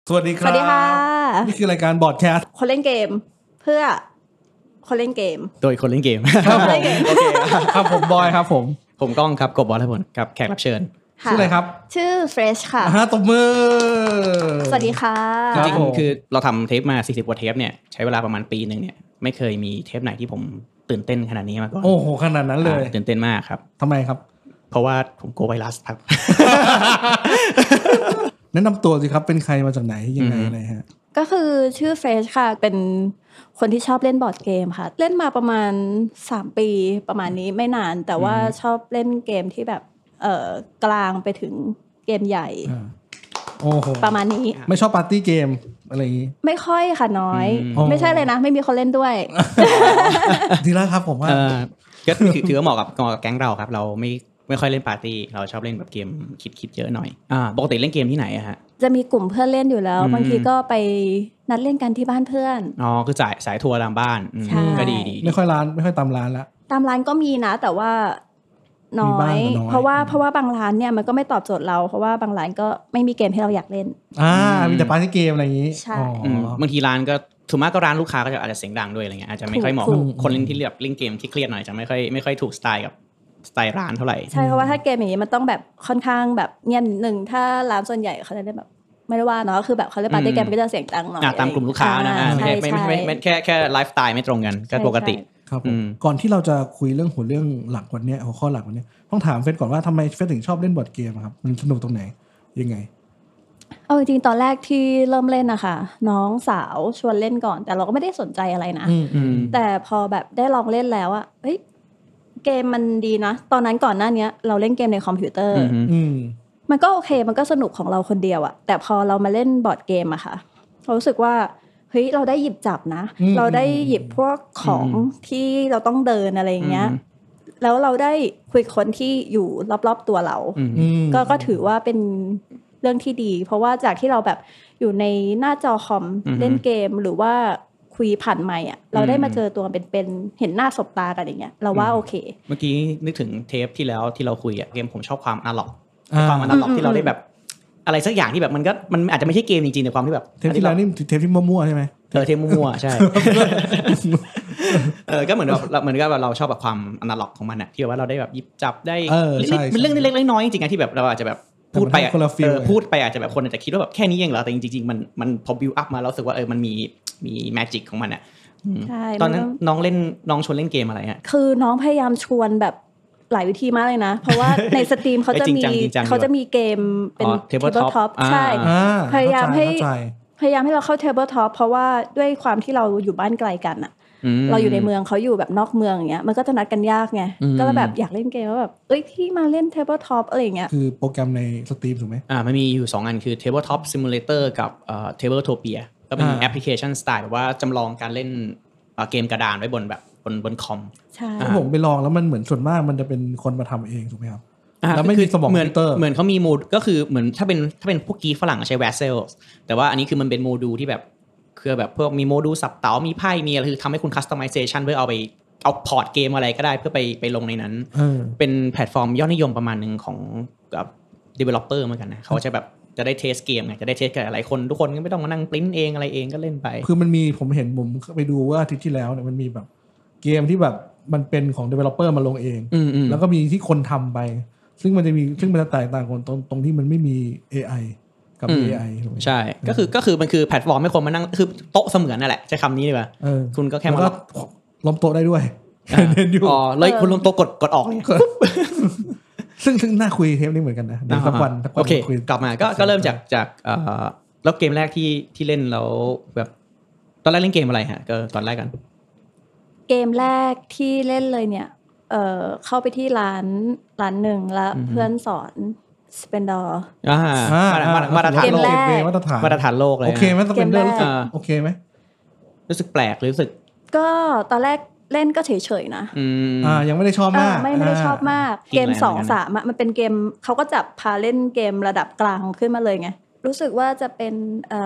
สวัสดีครับสวัสดีค่ะนี่คือรายการบอร์ดแคสต์คนเล่นเกมเพื่อคนเล่นเกมโดยคนเล่นเกมครับผมโอเคครับผมบอยครับผมก้องครับกบบอลและผลกับแขกรับเชิญชื่ออะไรครับชื่อเฟรชค่ะตบมือสวัสดีค่ะจริงๆคือเราทำเทปมา40กว่าเทปเนี่ยใช้เวลาประมาณปีนึงเนี่ยไม่เคยมีเทปไหนที่ผมตื่นเต้นขนาดนี้มาก่อนโอ้โหขนาดนั้นเลยตื่นเต้นมากครับทำไมครับเพราะว่าผมโกไวรัสครับแนะนำตัวสิครับเป็นใครมาจากไหนยังไงอะไรฮะก็คือชื่อเฟรชค่ะเป็นคนที่ชอบเล่นบอร์ดเกมค่ะเล่นมาประมาณ3ปีประมาณนี้ไม่นานแต่ว่าชอบเล่นเกมที่แบบกลางไปถึงเกมใหญ่โอ้โหประมาณนี้ไม่ชอบปาร์ตี้เกมอะไรอย่างนี้ไม่ค่อยค่ะน้อยไม่ใช่เลยนะไม่มีคนเล่นด้วยดีแล้วครับผมว่าก็ถือว่าเหมาะกับแก๊งเราครับเราไม่ค่อยเล่นปาร์ตี้เราชอบเล่นแบบเกมคิดเยอะหน่อยปกติเล่นเกมที่ไหนอะฮะจะมีกลุ่มเพื่อนเล่นอยู่แล้วบางทีก็ไปนัดเล่นกันที่บ้านเพื่อนคือสายทัวร์ตามบ้านก็ดีไม่ค่อยตามร้านละตามร้านก็มีนะแต่ว่าน้อยเพราะว่าบางร้านเนี่ยมันก็ไม่ตอบโจทย์เราเพราะว่าบางร้านก็ไม่มีเกมที่เราอยากเล่นมีแต่ปาร์ตี้เกมอะไรอย่างนี้ใช่บางทีร้านก็ถูกมากก็ร้านลูกค้าก็จะอาจจะเสียงดังด้วยอะไรเงี้ยอาจจะไม่ค่อยเหมาะคนเล่นที่เล่นเกมที่เครียดหน่อยจะไม่ค่อยถูกสไตล์กับสไตล์ร้านเท่าไหร่ใช่เพราะว่าถ้าเกมอย่างนี้มันต้องแบบค่อนข้างแบบเงียบหนึ่งถ้าร้านส่วนใหญ่เขาจะได้แบบไม่ได้ว่าเนาะคือแบบเขาเล่นปาร์ตี้เกมก็จะเสียงดังหน่อยตามกลุ่มลูกค้านะไม่แค่ไลฟ์สไตล์ไม่ตรงกันก็ปกติครับก่อนที่เราจะคุยเรื่องหลักวันนี้หัวข้อหลักวันนี้ต้องถามเฟซก่อนว่าทำไมเฟซถึงชอบเล่นบอร์ดเกมครับมันสนุกตรงไหนยังไงจริงๆตอนแรกที่เริ่มเล่นนะคะน้องสาวชวนเล่นก่อนแต่เราก็ไม่ได้สนใจอะไรนะแต่พอแบบได้ลองเล่นแล้วอะเกมมันดีนะตอนนั้นก่อนหน้านี้เราเล่นเกมในคอมพิวเตอร์มันก็โอเคมันก็สนุกของเราคนเดียวอะแต่พอเรามาเล่นบอร์ดเกมอะค่ะเรารู้สึกว่าเฮ้ยเราได้หยิบจับนะเราได้หยิบพวกของที่เราต้องเดินอะไรอย่างเงี้ยแล้วเราได้คุยคนที่อยู่รอบๆตัวเราก็ถือว่าเป็นเรื่องที่ดีเพราะว่าจากที่เราแบบอยู่ในหน้าจอคอมเล่นเกมหรือว่าคุยผ่านไมค์อ่ะเราได้มาเจอตัวเป็นเห็นหน้าสบตากันอย่างเงี้ยเราว่าโอเคเมื่อกี้นึกถึงเทปที่แล้วที่เราคุยอ่ะเกมผมชอบความอนาล็อกที่เราได้แบบอะไรสักอย่างที่แบบมันอาจจะไม่ใช่เกมจริงๆแต่ความที่แบบเทปที่แล้วนี่เทปที่มั่วๆใช่ไหมเทปมั่วๆใช่ ก็เหมือนกับเราชอบแบบความอนาล็อกของมันอ่ะที่แบบว่าเราได้แบบหยิบจับได้เป็นเรื่องเล็กๆน้อยๆจริงๆที่แบบเราอาจจะแบบพูดไปอาจจะแบบคนอาจจะคิดว่าแบบแค่นี้เองเหรอแต่จริงๆมันพอบิวอัพมาแล้วรู้สึกว่ามันมีแมจิกของมันอ่ะตอนนั้นน้องชวนเล่นเกมอะไรฮะคือน้องพยายามชวนแบบหลายวิธีมากเลยนะเพราะว่าในสตรีมเขาจะมีเกมเป็น Tabletop ใช่พยายามให้เราเข้า Tabletop เพราะว่าด้วยความที่เราอยู่บ้านไกลกันอ่ะเราอยู่ในเมืองเขาอยู่แบบนอกเมืองอย่างเงี้ยมันก็จะนัดกันยากไงก็แบบอยากเล่นเกมแล้วแบบพี่มาเล่น Tabletop อะไรอย่างเงี้ยคือโปรแกรมในสตรีมถูกไหมมันมีอยู่2อันคือ Tabletop Simulator กับTabletopia ก็เป็นแอปพลิเคชันสไตล์แบบว่าจำลองการเล่นเกมกระดานไว้บนแบบบนคอมใช่ผมไปลองแล้วมันเหมือนส่วนมากมันจะเป็นคนมาทำเองถูกไหมครับแล้วไม่มีสมองคอมพิวเตอร์เหมือนเขามีโมดก็คือเหมือนถ้าเป็นพวกกีฝรั่งใช้ Vassal แต่ว่าอันนี้คือมันเป็นโมดูลที่แบบคือแบบพวกมีโมดูลสับเต๋ามีไพ่มีอะไรคือทำให้คุณ customization เพื่อเอาพอร์ตเกมอะไรก็ได้เพื่อไปลงในนั้นเป็นแพลตฟอร์มยอดนิยมประมาณนึงของกับ developer เหมือนกันนะเขาจะแบบจะได้เทสเกมไงจะได้เทสกับหลายคนทุกคนก็ไม่ต้องมานั่งปริ้นเองอะไรเองก็เล่นไปคือมันมีผมเห็นผมไปดูว่าอาทิตย์ที่แล้วเนี่ยมันมีแบบเกมที่แบบมันเป็นของ developer มาลงเองแล้วก็มีที่คนทำไปซึ่งมันจะแตกต่างกันตรงที่มันไม่มี AI กับ AI ใช่ก็คือมันคือแพลตฟอร์มให้คนมานั่งคือโต๊ะเสมือนนั่นแหละใช้คำนี้ดีกว่าคุณก็แค่มาล้มโต๊ะได้ด้วยเลยคุณล้มโต๊ะกดออกเลยซึ่งน่าคุยเทปนี้เหมือนกันนะสักวันโอเคกลับมาก็เริ่มจากแล้วเกมแรกที่เล่นแล้วแบบตอนแรกเล่นเกมอะไรฮะก็ตอนแรกกันเกมแรกที่เล่นเลยเนี่ยเข้าไปที่ร้านหนึ่งแล้วเพื่อนสอนสเปนดอร์มาตรฐานโลกมาตรฐานโลกเลยโอเคไหมสเปนดอร์รู้สึกโอเคไหมรู้สึกแปลกรู้สึกก็ตอนแรกเล่นก็เฉยๆนะยังไม่ได้ชอบมากไม่ได้ชอบมากเกม 2-3 มันเป็นเกมเขาก็จับพาเล่นเกมระดับกลางขึ้นมาเลยไงรู้สึกว่าจะเป็น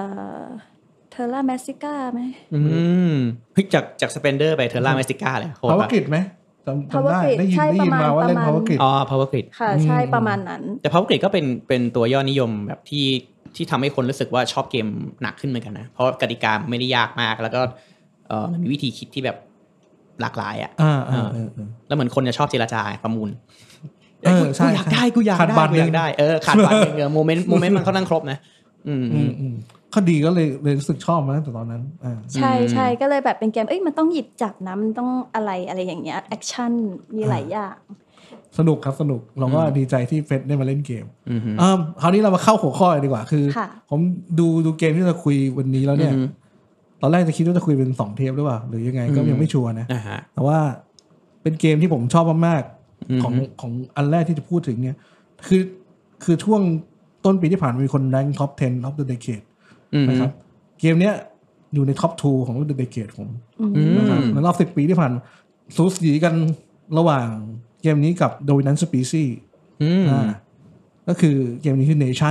Terra Mystica ไหมจากสเปนเดอร์ไป Terra Mystica เลยโหดป่ะ Power Grid ไหมจำได้ยินมาว่าเล่น Power Grid Power Grid ค่ะใช่ประมาณนั้นแต่ Power Grid ก็เป็นตัวย่อนิยมแบบที่ที่ทำให้คนรู้สึกว่าชอบเกมหนักขึ้นเหมือนกันนะเพราะกติกาไม่ได้ยากมากแล้วก็มันมีวิธีคิดที่แบบหลากหลายอ่ะแล้วเหมือนคนจะชอบเจรจาประมูลกูอยากได้กูอยากได้ขาดบัตรนึงโมเมนต์มันค่อนข้างครบนะข้อดีก็เลยรู้สึกชอบมาตั้งแต่ตอนนั้นใช่ก็เลยแบบเป็นเกมมันต้องหยิบจับนะมันต้องอะไรอย่างเงี้ยแอคชั่นมีหลายอย่างสนุกครับสนุกเราก็ดีใจที่เฟสได้มาเล่นเกมคราวนี้เรามาเข้าหัวข้อเลยดีกว่าคือผมดูเกมที่เราคุยวันนี้แล้วเนี่ยตอนแรกจะคิดว่าจะคุยเป็น2เทปหรือเปล่าหรือยังไงก็ยังไม่ชัวร์นะแต่ว่าเป็นเกมที่ผมชอบมากๆของอันแรกที่จะพูดถึงเนี่ยคือช่วงต้นปีที่ผ่านมามีคนแรงท็อป 10 of the decade นะครับเกมเนี้ยอยู่ในท็อป 2 ของ the decade ผมนะครับในรอบ10 ปีที่ผ่านสูสีกันระหว่างเกมนี้กับ Dominant Species ก็คือเกมนี้คือ Nation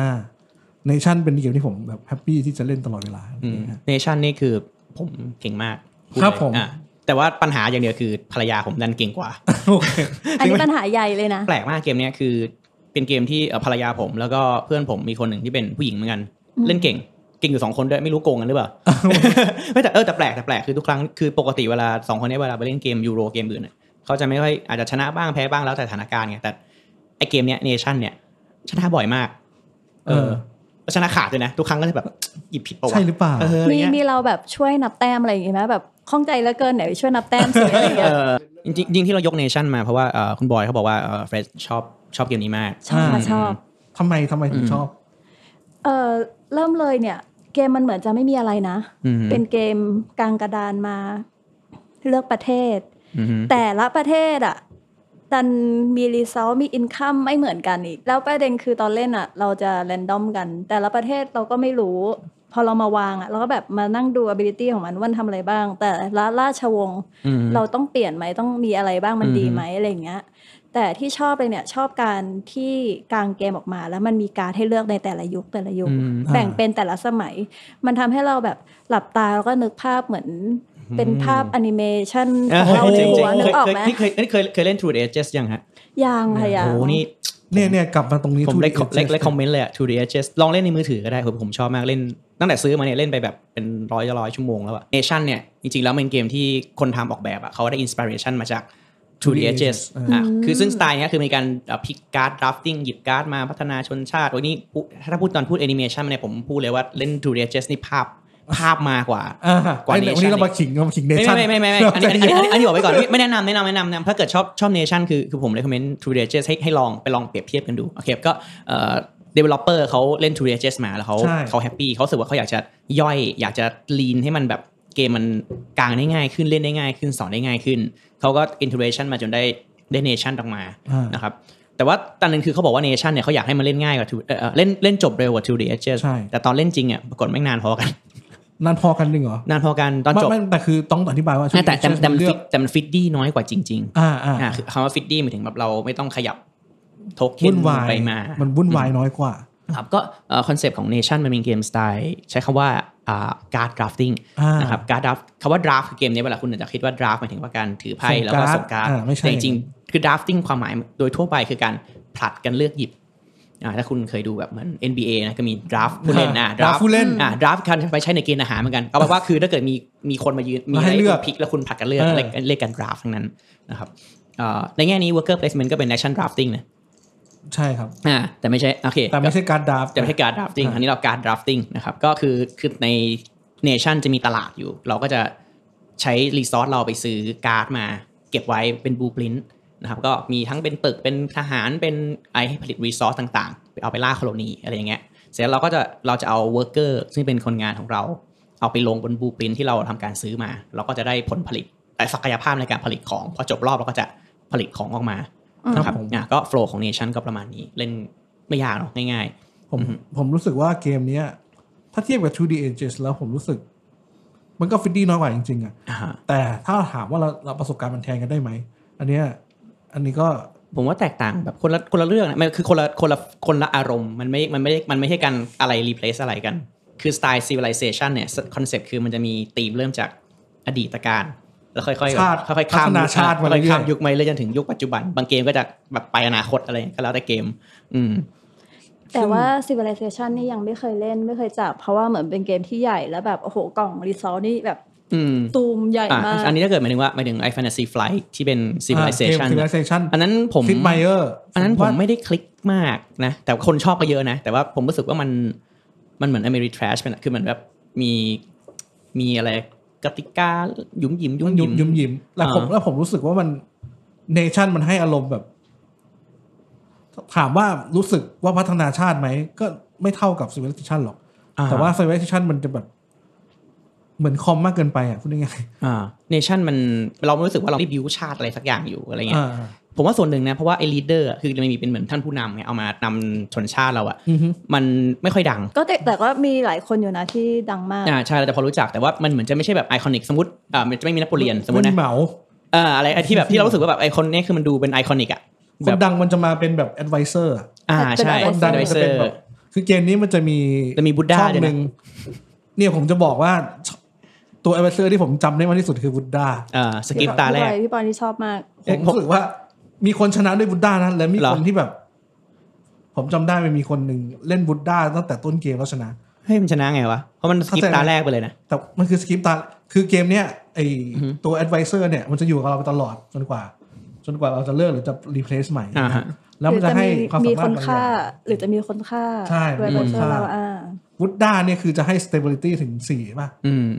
Nation เป็นเกมที่ผมแบบแฮปปี้ที่จะเล่นตลอดเวลา Nation นี่คือผมเก่งมากครับผมแต่ว่าปัญหาอย่างเดียวคือภรรยาผมดันเก่งกว่าอันนี้ปัญหาใหญ่เลยนะแปลกมากเกมนี้คือเป็นเกมที่ภรรยาผมแล้วก็เพื่อนผมมีคนหนึ่งที่เป็นผู้หญิงเหมือนกันเล่นเก่งอยู่2คนด้วยไม่รู้โกงกันหรือเปล่า ไม่แต่แปลกคือทุกครั้งคือปกติเวลา2คนนี้เวลาไปเล่นเกมยูโรเกมอื่นเขาจะไม่ค่อยอาจจะชนะบ้างแพ้บ้างแล้วแต่สถานการณ์ไงแต่ไอเกมเนี้ย Nation เนี่ยชนะบ่อยมากชนะขาดเลยนะทุกครั้งก็จะแบบหยิบผิดป่าวใช่หรือเปล่ามีเราแบบช่วยนับแต้มอะไรอย่างงี้มั้ยแบบข้องใจเหลือเกินไหนช่วยนับแต้มสิอะไรอย่างเงี้ยจริงที่เรายก Nation มาเพราะว่าคุณบอยเขาบอกว่าเฟรดชอบเกมนี้มากชอบทำไมถึงชอบเริ่มเลยเนี่ยเกมมันเหมือนจะไม่มีอะไรนะเป็นเกมกลางกระดานมาเลือกประเทศแต่ละประเทศดันมีรีซอสมีอินคัมไม่เหมือนกันอีกแล้วประเด็นคือตอนเล่นเราจะแรนดอมกันแต่ละประเทศเราก็ไม่รู้พอเรามาวางเราก็แบบมานั่งดู ability ของมันว่าทำอะไรบ้างแต่ละราชวงศ์เราต้องเปลี่ยนไหมต้องมีอะไรบ้างมันดีไหมอะไรอย่างเงี้ยแต่ที่ชอบเลยเนี่ยชอบการที่กลางเกมออกมาแล้วมันมีการให้เลือกในแต่ละยุคแบ่งเป็นแต่ละสมัยมันทำให้เราแบบหลับตาแล้วก็นึกภาพเหมือนเป็นภาพแอนิเมชันของเราในหัวนึกออกไหมเคยเล่น True the Ages ยังฮะยังค่ะยังโอ้นี่เนี่ยกลับมาตรงนี้ผมเลยคอมเมนต์เลยTrue the Ages ลองเล่นในมือถือก็ได้ผมชอบมากเล่นตั้งแต่ซื้อมาเนี่ยเล่นไปแบบเป็นร้อยชั่วโมงแล้วอะ Nation เนี่ยจริงๆแล้วเป็นเกมที่คนทำออกแบบเขาได้อินสปิเรชันมาจาก True the Ages คือซึ่งสไตล์นี้คือมีการพิกการ์ด drafting หยิบการ์ดมาพัฒนาชนชาติวันนี้ถ้าพูดแอนิเมชันเนี่ยผมพูดเลยว่าเล่น True the Ages นี่ภาพมากว่า Nation วันนี้เรามาขิงNation ไม่อันนี้บอกไว้ก่อนไม่แนะนำถ้าเกิดชอบ Nation คือผม recommend True the Ages ให้ลองไปลองเปรียบเทียบกันดูโอเคก็developer เขาเล่น True the Ages มาแล้วเขาแฮปปี้เขารู้สึกว่าเขาอยากจะย่อยอยากจะ lean ให้มันแบบเกมมันกลางได้ง่ายขึ้นเล่นได้ง่ายขึ้นสอนได้ง่ายขึ้นเขาก็ integration มาจนได้ Nation ออกมานะครับแต่ว่าตอนนึงคือเขาบอกว่า Nation เนี่ยเขาอยากให้มันเล่นง่ายกว่าเล่นจบเร็วกว่า True the Ages แต่ตอนเล่นจริงปรากฏไม่นานพอกันนานพอกันจริงเหรอนานพอกันตอนจบแต่คือต้องอธิบายว่าแต่มันฟิตดี้น้อยกว่าจริงๆคือคำว่าฟิตดี้หมายถึงแบบเราไม่ต้องขยับโทเค็นไปมามันวุ่นวายน้อยกว่าครับก็คอนเซปต์ของ Nation มันเป็นเกมสไตล์ใช้คำว่าการ์ด drafting นะครับการ์ด draft คำว่า draft คือเกมนี้เวลาคุณอาจจะคิดว่า draft หมายถึงว่าการถือไพ่แล้วก็ส่งการ์ดแต่จริงๆคือ drafting ความหมายโดยทั่วไปคือการผลัดกันเลือกหยิบถ้าคุณเคยดูแบบเหมือน NBA นะก็มี draft ผู้เล่น draft ผู้เล่น draft คันไปใช้ในเกณฑ์อาหารเหมือนกันเอาเป็นว่าคือถ้าเกิดมีคนมายืนมีให้เลือกพิกแล้วคุณผลัดกันเลือกเรียกกัน draft ทั้งนั้นนะครับในแง่นี้ worker placement ก็เป็น action drafting นะใช่ครับแต่ไม่ใช่โอเคแต่ไม่ใช่การ draft แต่ไม่ใช่การ drafting อันนี้เราการ drafting นะครับก็คือใน Nation จะมีตลาดอยู่เราก็จะใช้ resource เราไปซื้อการ์ดมาเก็บไว้เป็น blueprintนะครับก็มีทั้งเป็นตึกเป็นทหารเป็นให้ผลิต resource ต่างๆเอาไปล่าโคโลนีอะไรอย่างเงี้ยเสร็จแล้วเราจะเอา worker ซึ่งเป็นคนงานของเราเอาไปลงบน blueprint ที่เราทำการซื้อมาเราก็จะได้ผลผลิตแต่ศักยภาพในการผลิตของพอจบรอบเราก็จะผลิตของออกมานะครับก็โฟลว์ของ Nation ก็ประมาณนี้เล่นไม่ยากหรอกง่ายๆผมรู้สึกว่าเกมนี้ถ้าเทียบกับ True the Ages แล้วผมรู้สึกมันก็ฟิตดี้น้อยกว่าจริงๆแต่ถ้าถามว่าเราประสบการณ์มันแทนกันได้ไหมอันนี้ก็ผมว่าแตกต่างแบบคนละเรื่องนะมันคือคนละอารมณ์มันไม่ใช่การอะไร replace อะไรกันคือสไตล์ civilization เนี่ยคอนเซ็ปต์คือมันจะมีธีมเริ่มจากอดีตการแล้วค่อยๆข้ามชาติค่อยๆข้ามยุคไปเลยจนถึงยุคปัจจุบันบางเกมก็จะแบบไปอนาคตอะไรก็แล้วแต่เกมแต่ว่า Civilization นี่ยังไม่เคยเล่นไม่เคยจับเพราะว่าเหมือนเป็นเกมที่ใหญ่แล้วแบบโอ้โหกล่องรีซอสนี่แบบตูมใหญ่มากอันนี้ถ้าเกิดหมายถึงไอ้ Fantasy Flight ที่เป็น Civilization อันนั้นผม Sid Meier อันนั้นผมไม่ได้คลิกมากนะแต่คนชอบก็เยอะนะแต่ว่าผมรู้สึกว่ามันเหมือน Ameritrash เป็นคือเหมือนแบบมีอะไรกติกายุ่มยิ้มแล้วผมรู้สึกว่ามันเนชั่นมันให้อารมณ์แบบถามว่ารู้สึกว่าพัฒนาชาติไหมก็ไม่เท่ากับ Civilization หรอกแต่ว่า Civilization มันจะแบบเหมือนคอมมากเกินไปพูดง่ายๆNation มันเรารู้สึกว่าเราได้บิวชาติอะไรสักอย่างอยู่อะไรเงี้ยผมว่าส่วนหนึ่งนะเพราะว่าไอ้ leader คือมันมีเป็นเหมือนท่านผู้นำไงเอามานำชนชาติเรามันไม่ค่อยดังก็แต่ก็มีหลายคนอยู่นะที่ดังมากใช่แต่พอรู้จักแต่ว่ามันเหมือนจะไม่ใช่แบบไอคอนิกสมมติมันจะไม่มีนโปเลียนสมมตินะเหมาอะไรที่แบบที่เรารู้สึกว่าแบบไอคนนี้คือมันดูเป็นไอคอนิกคนดังมันจะมาเป็นแบบ advisor ใช่คนดังจะเป็นแบบคือเกมนี้มันจะมีบุดด้าช่องนึงเนี่ยผมจะบอกว่าตัว advisor ที่ผมจำได้มากที่สุดคือบุดด้าสกิปตาแรกพี่ปอนที่ชอบมากผมรู้สึกว่ามีคนชนะด้วยบุดด้านะและมีคนที่แบบผมจำได้มันมีคนหนึ่งเล่นบุดด้าตั้งแต่ต้นเกมแล้วชนะให้มันชนะไงวะเพราะมันสกิปตาแรกไปเลยนะแต่มันคือสกิปตาคือเกมเนี้ยไอตัว advisor เนี่ยมันจะอยู่กับเราไปตลอดจนกว่าเราจะเลิกหรือจะ replace ใหม่แล้วมันจะให้ความสามารถคนฆ่าหรือจะมีคนฆ่าใช่ด้วยคนฆ่าบุดด้าเนี่ยคือจะให้ stability ถึง4ป่ะ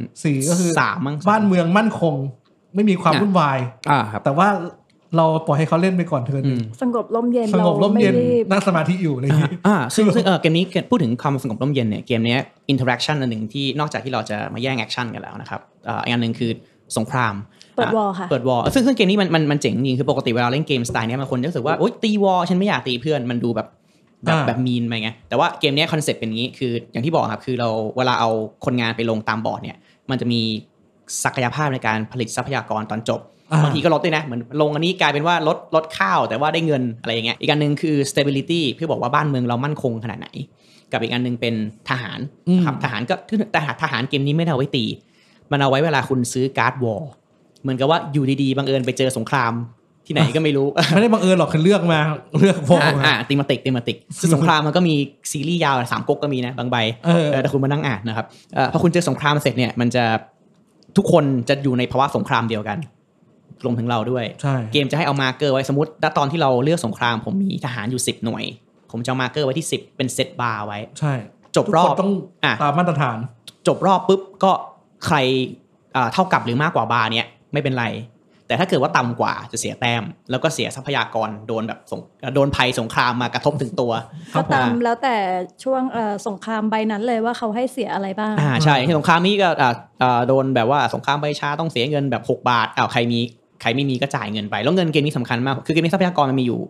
4ก็คือ 3 บ้านเมืองมั่นคงไม่มีความวุ่นวายแต่ว่าเราปล่อยให้เขาเล่นไปก่อนเถิดสงบร่มเย็นนั่งสมาธิอยู่อะไรอย่างงี้ซึ่งเกมนี้พูดถึงความสงบร่มเย็นเนี่ยเกมนี้ interaction อันหนึ่งที่นอกจากที่เราจะมาแย่งแอคชั่นกันแล้วนะครับอีกอันนึงคือสงครามเปิดวอลค่ะเปิดวอลซึ่งเกมนี้มันเจ๋งจริงคือปกติเวลาเล่นเกมสไตล์นี้บางคนจะรู้สึกว่าโอ๊ยตีวอลฉันไม่อยากตีเพื่อนมันดูแบบมีนไปไงแต่ว่าเกมนี้คอนเซ็ปต์เป็นงี้คืออย่างที่บอกครับคือเราเวลาเอาคนงานไปลงตามบอร์ดเนี่ยมันจะมีศักยภาพในการผลิตทรัพยากรตอนจบบางทีก็ลดด้วยนะเหมือนลงอันนี้กลายเป็นว่าลดข้าวแต่ว่าได้เงินอะไรอย่างเงี้ยอีกอันนึงคือ stability เพื่อบอกว่าบ้านเมืองเรามั่นคงขนาดไหนกับอีกอันนึงเป็นทหารครับทหารก็แต่ทหารเกมนี้ไม่ได้เอาไว้ตีมันเอาไว้เวลาคุณซื้อการ์ดวอลเหมือนกับว่าอยู่ดีๆบังเอิญไปเจอสงครามที่ไหนก็ไม่รู้ไม่ได้บังเอิญหรอกคือเลือกวอลตีมาติกซึ่งสงครามมันก็มีซีรีส์ยาว3ก๊กก็มีนะบางใบแต่คุณมานั่งอ่านนะครับพอคุณเจอสงครามเสร็จเนี่ยมันจะทุกคนจะอยู่ในภาวะสงครามเดียวกันรวมถึงเราด้วยเกมจะให้เอามาร์เกอร์ไว้สมมติตอนที่เราเลือกสงครามผมมีทหารอยู่10หน่วยผมจะเอามาร์เกอร์ไว้ที่10เป็นเซตบาร์ไว้ใช่จบรอบต้องตามมาตรฐานจบรอบปุ๊บก็ใครเท่ากับหรือมากกว่าบาร์เนี้ยไม่เป็นไรแต่ถ้าเกิดว่าต่ำกว่าจะเสียแต้มแล้วก็เสียทรัพยากรโดนภัยสงครามมากระทบถึงตัวก็ตามแล้วแต่ช่วงสงครามใบนั้นเลยว่าเขาให้เสียอะไรบ้างใช่สงครามนี้ก็โดนแบบว่าสงครามใบชาต้องเสียเงินแบบ6 บาทใครไม่มีก็จ่ายเงินไปแล้วเงินเกมนี้สำคัญมากคือเกมนี้ทรัพยากรมันมีอยู่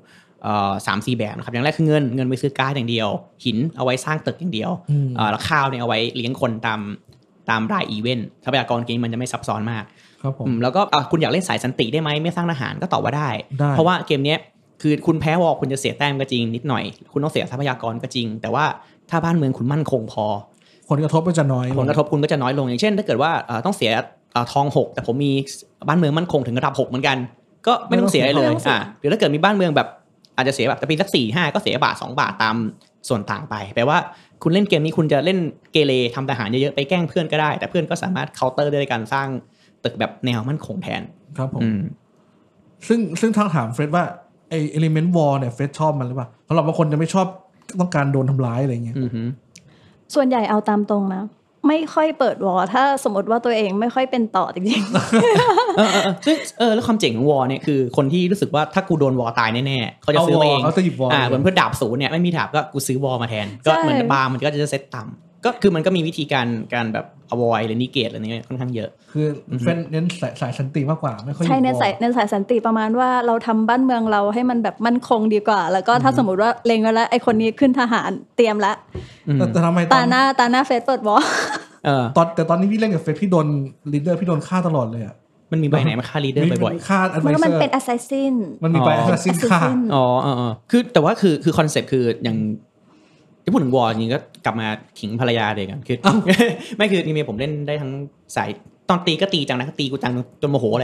3-4 แบบนะครับอย่างแรกคือเงินไปซื้อก๊าซอย่างเดียวหินเอาไว้สร้างตึกอย่างเดียวแล้วข้าวเนี่ยเอาไว้เลี้ยงคนตามรายอีเวนต์ทรัพยากรเกมมันจะไม่ซับซ้อนมากแล้วก็คุณอยากเล่นสายสันติได้ไหมไม่สร้างทหารก็ตอบว่าได้เพราะว่าเกมนี้คือคุณแพ้วอลคุณจะเสียแต้มก็จริงนิดหน่อยคุณต้องเสียทรัพยากรก็จริงแต่ว่าถ้าบ้านเมืองคุณมั่นคงพอผลกระทบก็จะน้อยผลกระทบคุณก็จะน้อยลงอย่างเช่นถ้าเกิดว่าต้องเสียทอง6แต่ผมมีบ้านเมืองมั่นคงถึงระดับ6เหมือนกันก็ไม่ต้องเสียอะไรเลยหรือถ้าเกิดมีบ้านเมืองแบบอาจจะเสียแบบแต่ปีสัก 4-5 ก็เสียบาท2 บาทตามส่วนต่างไปแปลว่าคุณเล่นเกมนี้คุณจะเล่นเกเรทำทหารเยอะๆไปแกล้งเพื่อนก็ได้แต่เพื่อนก็สามารถเคาน์เตอร์ด้วยการสร้างตึกแบบแนวมั่นคงแทนครับผมซึ่งทางถามเฟรดว่าไอ element war เนี่ยเฟรดชอบมันหรือเปล่าสำหรับบางคนจะไม่ชอบต้องการโดนทำร้ายอะไรเงี้ยส่วนใหญ่เอาตามตรงนะไม่ค่อยเปิดวอถ้าสมมติว่าตัวเองไม่ค่อยเป็นต่อจริงๆซึ่งแล้วความเจ๋งของวอเนี่ยคือคนที่รู้สึกว่าถ้ากูโดนวอตายแน่ๆเขาจะซื้อเองเขาจะหยิบวอเหมือนเพื่อดาบศูนย์เนี่ยไม่มีดาบก็กูซื้อวอมาแทนก็เหมือนบาร์มันก็จะเซตต่ำก็คือมันก็มีวิธีการแบบ avoid หรือ negate อะไรนี้ค่อนข้างเยอะคือเน้นสายสันติมากกว่าไม่ค่อยใช่เน้นสายสันติประมาณว่าเราทำบ้านเมืองเราให้มันแบบมั่นคงดีกว่าแล้วก็ถ้าสมมติว่าเล็งไว้แล้วไอ้คนนี้ขึ้นทหารเตรียมละแต่ทำไมตาหน้าเฟซเปิดวอแต่ตอนนี้พี่เล่นกับเฟซพี่โดนลีดเดอร์พี่โดนฆ่าตลอดเลยอ่ะมันมีใบไหนมาฆ่าลีดเดอร์บ่อยๆฆ่าแอดไวเซอร์มันเป็นแอสซัสซินมันมีใบแอสซัสซินฆ่าคือแต่ว่าคือคอนเซ็ปต์คืออย่างที่พูดถึงวอร์จริงก็กลับมาขิงภรรยาเลยกันคือไม่คือนี่เมียผมเล่นได้ทั้งสายตอนตีก็ตีจังนะตีกูจังจนโมโหเลย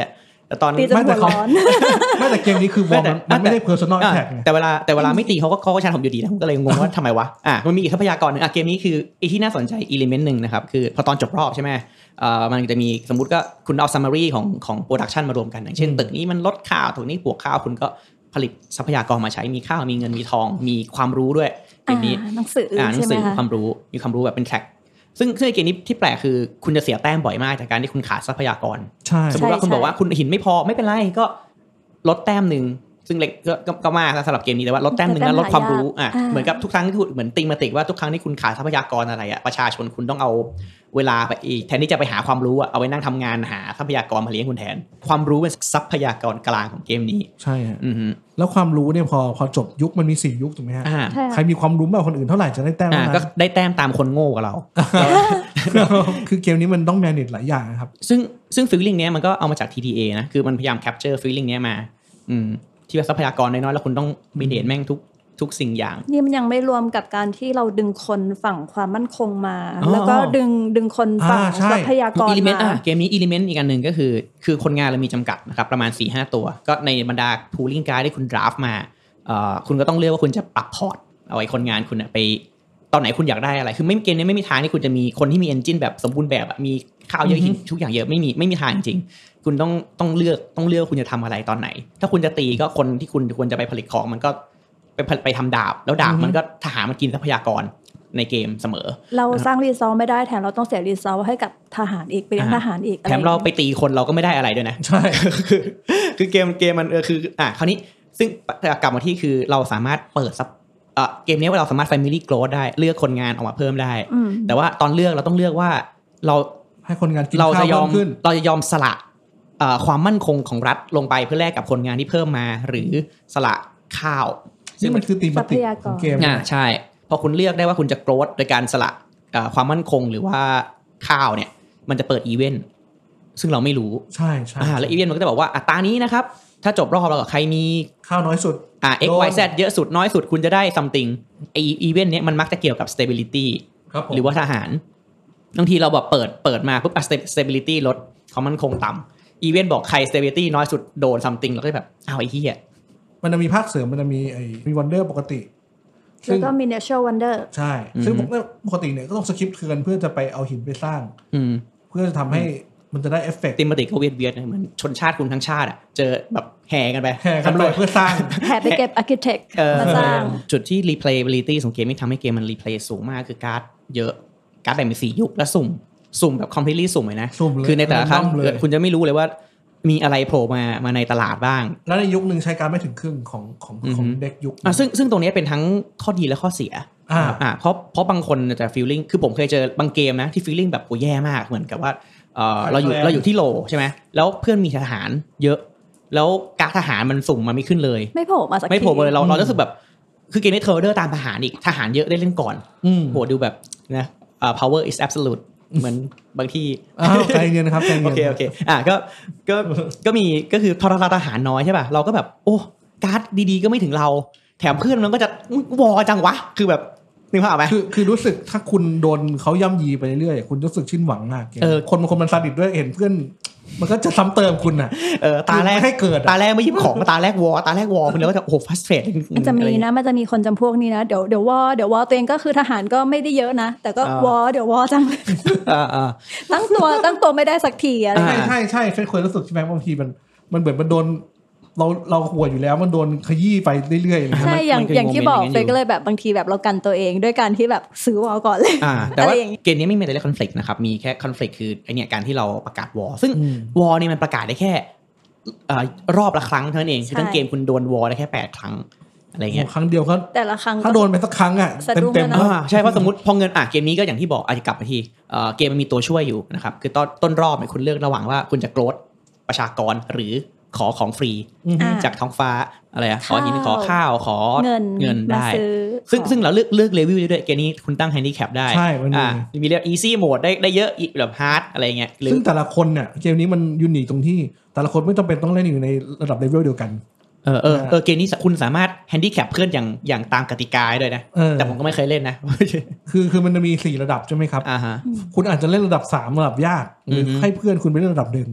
แต่ตอนตีจนหัวร้อนไม่แต่เกมนี้คือวอลมันไม่ได้ personal attack ไงแต่เวลาไม่ตีเขาก็ชาร์จผมอยู่ดีนะผมก็เลยงงว่าทำไมวะมันมีอีกทรัพยากรนึงเกมนี้คือไอ้ที่น่าสนใจ element นึงนะครับคือพอตอนจบรอบใช่ไหมมันจะมีสมมุติก็คุณเอา summary ของ production มารวมกันอย่างเช่นตึกนี้มันลดข้าวตึกนี้ปลูกข้าวคุณก็ผลิตทรัพยากรมาใช้มีข้าวมีเงินมีทองมีความรู้ด้วยเกมนี้หนังสือหนังสือความรู้มีความรู้แบบเป็นแท็กซึ่งในเกมนี้ที่แปลกคือคุณจะเสียแต้มบ่อยมากจากการที่คุณขาดทรัพยากรสมมติว่าคุณบอกว่าคุณหินไม่พอไม่เป็นไรก็ลดแต้มนึงซึ่งเล็กก็มากสำหรับเกมนี้แต่ว่าลดแต้มนึงแล้วลดความรู้เหมือนกับทุกครั้งที่เหมือนตีมาติกว่าทุกครั้งที่คุณขาดทรัพยากรอะไรประชาชนคุณต้องเอาเวลาไปแทนที่จะไปหาความรู้เอาไว้นั่งทำงานหาทรัพยากรมาเลี้ยงคุณแทนความรู้เป็นทรัพยากรกลางของเกมนี้ใช่แล้วความรู้เนี่ยพอจบยุคมันมี4ยุคถูกไหมฮะใครมีความรู้มากกว่าคนอื่นเท่าไหร่จะได้แต้มก็ได้แต้มตามคนโง่กับเราคือเกมนี้มันต้อง manage หลายอย่างครับซึ่ง feeling เนี้ยมันก็เอามาจาก TTA นะคือมันพยายาม capture feeling เนี้ยมาที่ว่าทรัพยากรน้อยๆแล้วคุณต้อง manage แม่งทุกสิ่งอย่างนี่มันยังไม่รวมกับการที่เราดึงคนฝั่งความมั่นคงมาแล้วก็ดึงคนฝั่งทรัพยากรมาเกมนี้ element อีกอันหนึ่งก็คือคนงานเรามีจำกัดนะครับประมาณ 4-5 ตัวก็ในบรรดา pooling card ที่คุณ draft มาคุณก็ต้องเลือกว่าคุณจะปรับพอร์ตเอาไว้คนงานคุณไปตอนไหนคุณอยากได้อะไรคือเกมนี้ไม่มีทางที่คุณจะมีคนที่มี engine แบบสมบูรณ์แบบมีข้าวเยอะหินทุกอย่างเยอะไม่มีทางจริงคุณต้องเลือกคุณจะทำอะไรตอนไหนถ้าคุณจะตีก็คนที่คุณควรจะไปผลิตของมันก็ไปทำดาบแล้วดาบมันก็ทหารมันกินทรัพยากรในเกมเสมอเราสร้างรีซอสไม่ได้แถมเราต้องเสียรีซอสให้กับทหารอีกไปเลี้ยงทหารอีกแถมเราไปตีคนเราก็ไม่ได้อะไรด้วยนะใช่คือเกมมันคือคราวนี้ซึ่งกลับมาที่คือเราสามารถเปิดเกมนี้เราสามารถ family growth ได้เลือกคนงานออกมาเพิ่มได้แต่ว่าตอนเลือกเราต้องเลือกว่าเราให้คนงานกินข้าวเพิ่มขึ้นเราจะยอมสละความมั่นคงของรัฐลงไปเพื่อแลกกับคนงานที่เพิ่มมาหรือสละข้าวซึ่งมันคือตีมติกของเกมใช่พอคุณเลือกได้ว่าคุณจะโกรธโดยการสละความมั่นคงหรือว่าข้าวเนี่ยมันจะเปิดอีเวนต์ซึ่งเราไม่รู้ใช่แล้วอีเวนต์มันก็จะบอกว่าตานี้นะครับถ้าจบรอบแล้วใครมีข้าวน้อยสุด x y z เยอะสุดน้อยสุดคุณจะได้ something ไออีเวนต์เนี้ยมันมักจะเกี่ยวกับ stability หรือว่าทหารบางทีเราแบบเปิดมาปุ๊บstability ลดความมั่นคงต่ำอีเวนต์บอกใคร stability น้อยสุดโดน something เราก็แบบไอ้เหี้ยมันจะมีภาคเสริมมันจะมีวันเดอร์ปกติแล้วก็มี natural wonder ใช่ซึ่งปกติเนี่ยก็ต้องสคริปต์เทือนเพื่อจะไปเอาหินไปสร้างเพื่อจะทำให้มันจะได้เอฟเฟกต์ติมติกก็เวียดเหมือนชนชาติคุณทั้งชาติเจอแบบแห่กันไปเพื่อสร้างแห่ไปเก็บ architect มาสร้างจุดที่ replayability ของเกมที่ทำให้เกมมัน replay สูงมากคือการ์ดเยอะการ์ดแบ่งเป็น4ยุคและสุ่มแบบ completely สุ่มเลยนะคือในแต่ละครั้งคุณจะไม่รู้เลยว่ามีอะไรโผล่มาในตลาดบ้างแล้วในยุคนึงใช้การไม่ถึงครึ่งของเด็กยุคซึ่งตรงนี้เป็นทั้งข้อดีและข้อเสียเพราะบางคนจะ feeling คือผมเคยเจอบางเกมนะที่ feeling แบบแย่มากเหมือนกับว่าเราอยู่ที่โลใช่ไหมแล้วเพื่อนมีทหารเยอะแล้วการทหารมันสุ่มมาไม่ขึ้นเลยไม่โผล่มาสักทีไม่โผล่เลยเรารู้สึกแบบคือเกมนี้เทอร์เดอร์ตามทหารอีกทหารเยอะได้เล่นก่อนโหดูแบบนะpower is absolute เหมือนบางที่ใจเย็นนะครับใจเย็นโอเคก็มีก็คือทหารน้อยใช่ป่ะเราก็แบบโอ้การ์ดดีๆก็ไม่ถึงเราแถมเพื่อนมันก็จะวอจังวะคือแบบนึกภาพไหมคือรู้สึกถ้าคุณโดนเขาย่ำยีไปเรื่อยๆคุณรู้สึกชิ้นหวังมากคนบางคนมันซาดิสด้วยเห็นเพื่อนมันก็จะซ้ำเติมคุณน่ะตาแรกให้เกิดตาแรกไม่หยิบของตาแรกวอคุณแล้วก็จะโอ้โหฟัสเฟรตมันจะมีนะมันจะมีคนจำพวกนี้นะเดี๋ยววอตัวเองก็คือทหารก็ไม่ได้เยอะนะแต่ก็เดี๋ยววอจังตั้งตัวไม่ได้สักทีอะไรใช่เคยรู้สึกใช่ไหมบางทีมันเหมือนมันโดนเราหัวอยู่แล้วมันโดนขยี้ไปเรื่อยๆใช่อย่างที่บอกเฟยก็เลยแบบบางทีแบบเรากันตัวเองด้วยการที่แบบซื้อวอลก่อนเลยแต่ว่าเกมนี้ไม่มีอะไรเรียกคอนฟลิกต์นะครับมีแค่คอนฟลิกต์คือไอเนี่ยการที่เราประกาศวอลซึ่งวอลนี่มันประกาศได้แค่รอบละครั้งเท่านั้นเองคือทั้งเกมคุณโดนวอลได้แค่8ครั้งอะไรเงี้ยครั้งเดียวก็แต่ละครั้งถ้าโดนไปสักครั้งเต็มใช่เพราะสมมติพอเงินเกมนี้ก็อย่างที่บอกอาจจะกลับมาที่เกมมันมีตัวช่วยอยู่นะครับคือต้นรอบเนี่ยคุณเลือกระหว่างว่าคุณจะโกรธประชากรหรือขอของฟรีจากท้องฟ้าอะไรขอหินขอข้าวขอเงินได้ซึ่งเราเลือกเลเวลด้วยเกมนี้คุณตั้งแฮนดิแคปได้ใช่มีเรียกอีซี่โหมดได้เยอะแบบฮาร์ดอะไรเงี้ยซึ่งแต่ละคนเนี่ยเกมนี้มันยูนิคตรงที่แต่ละคนไม่จำเป็นต้องเล่นอยู่ในระดับเลเวลเดียวกันเกมนี้คุณสามารถแฮนดิแคปเพื่อนอย่างตามกติกาด้วยนะแต่ผมก็ไม่เคยเล่นนะคือมันจะมี4ระดับใช่ไหมครับคุณอาจจะเล่นระดับ3ระดับยากหรือให้เพื่อนคุณไปเล่นระดับ1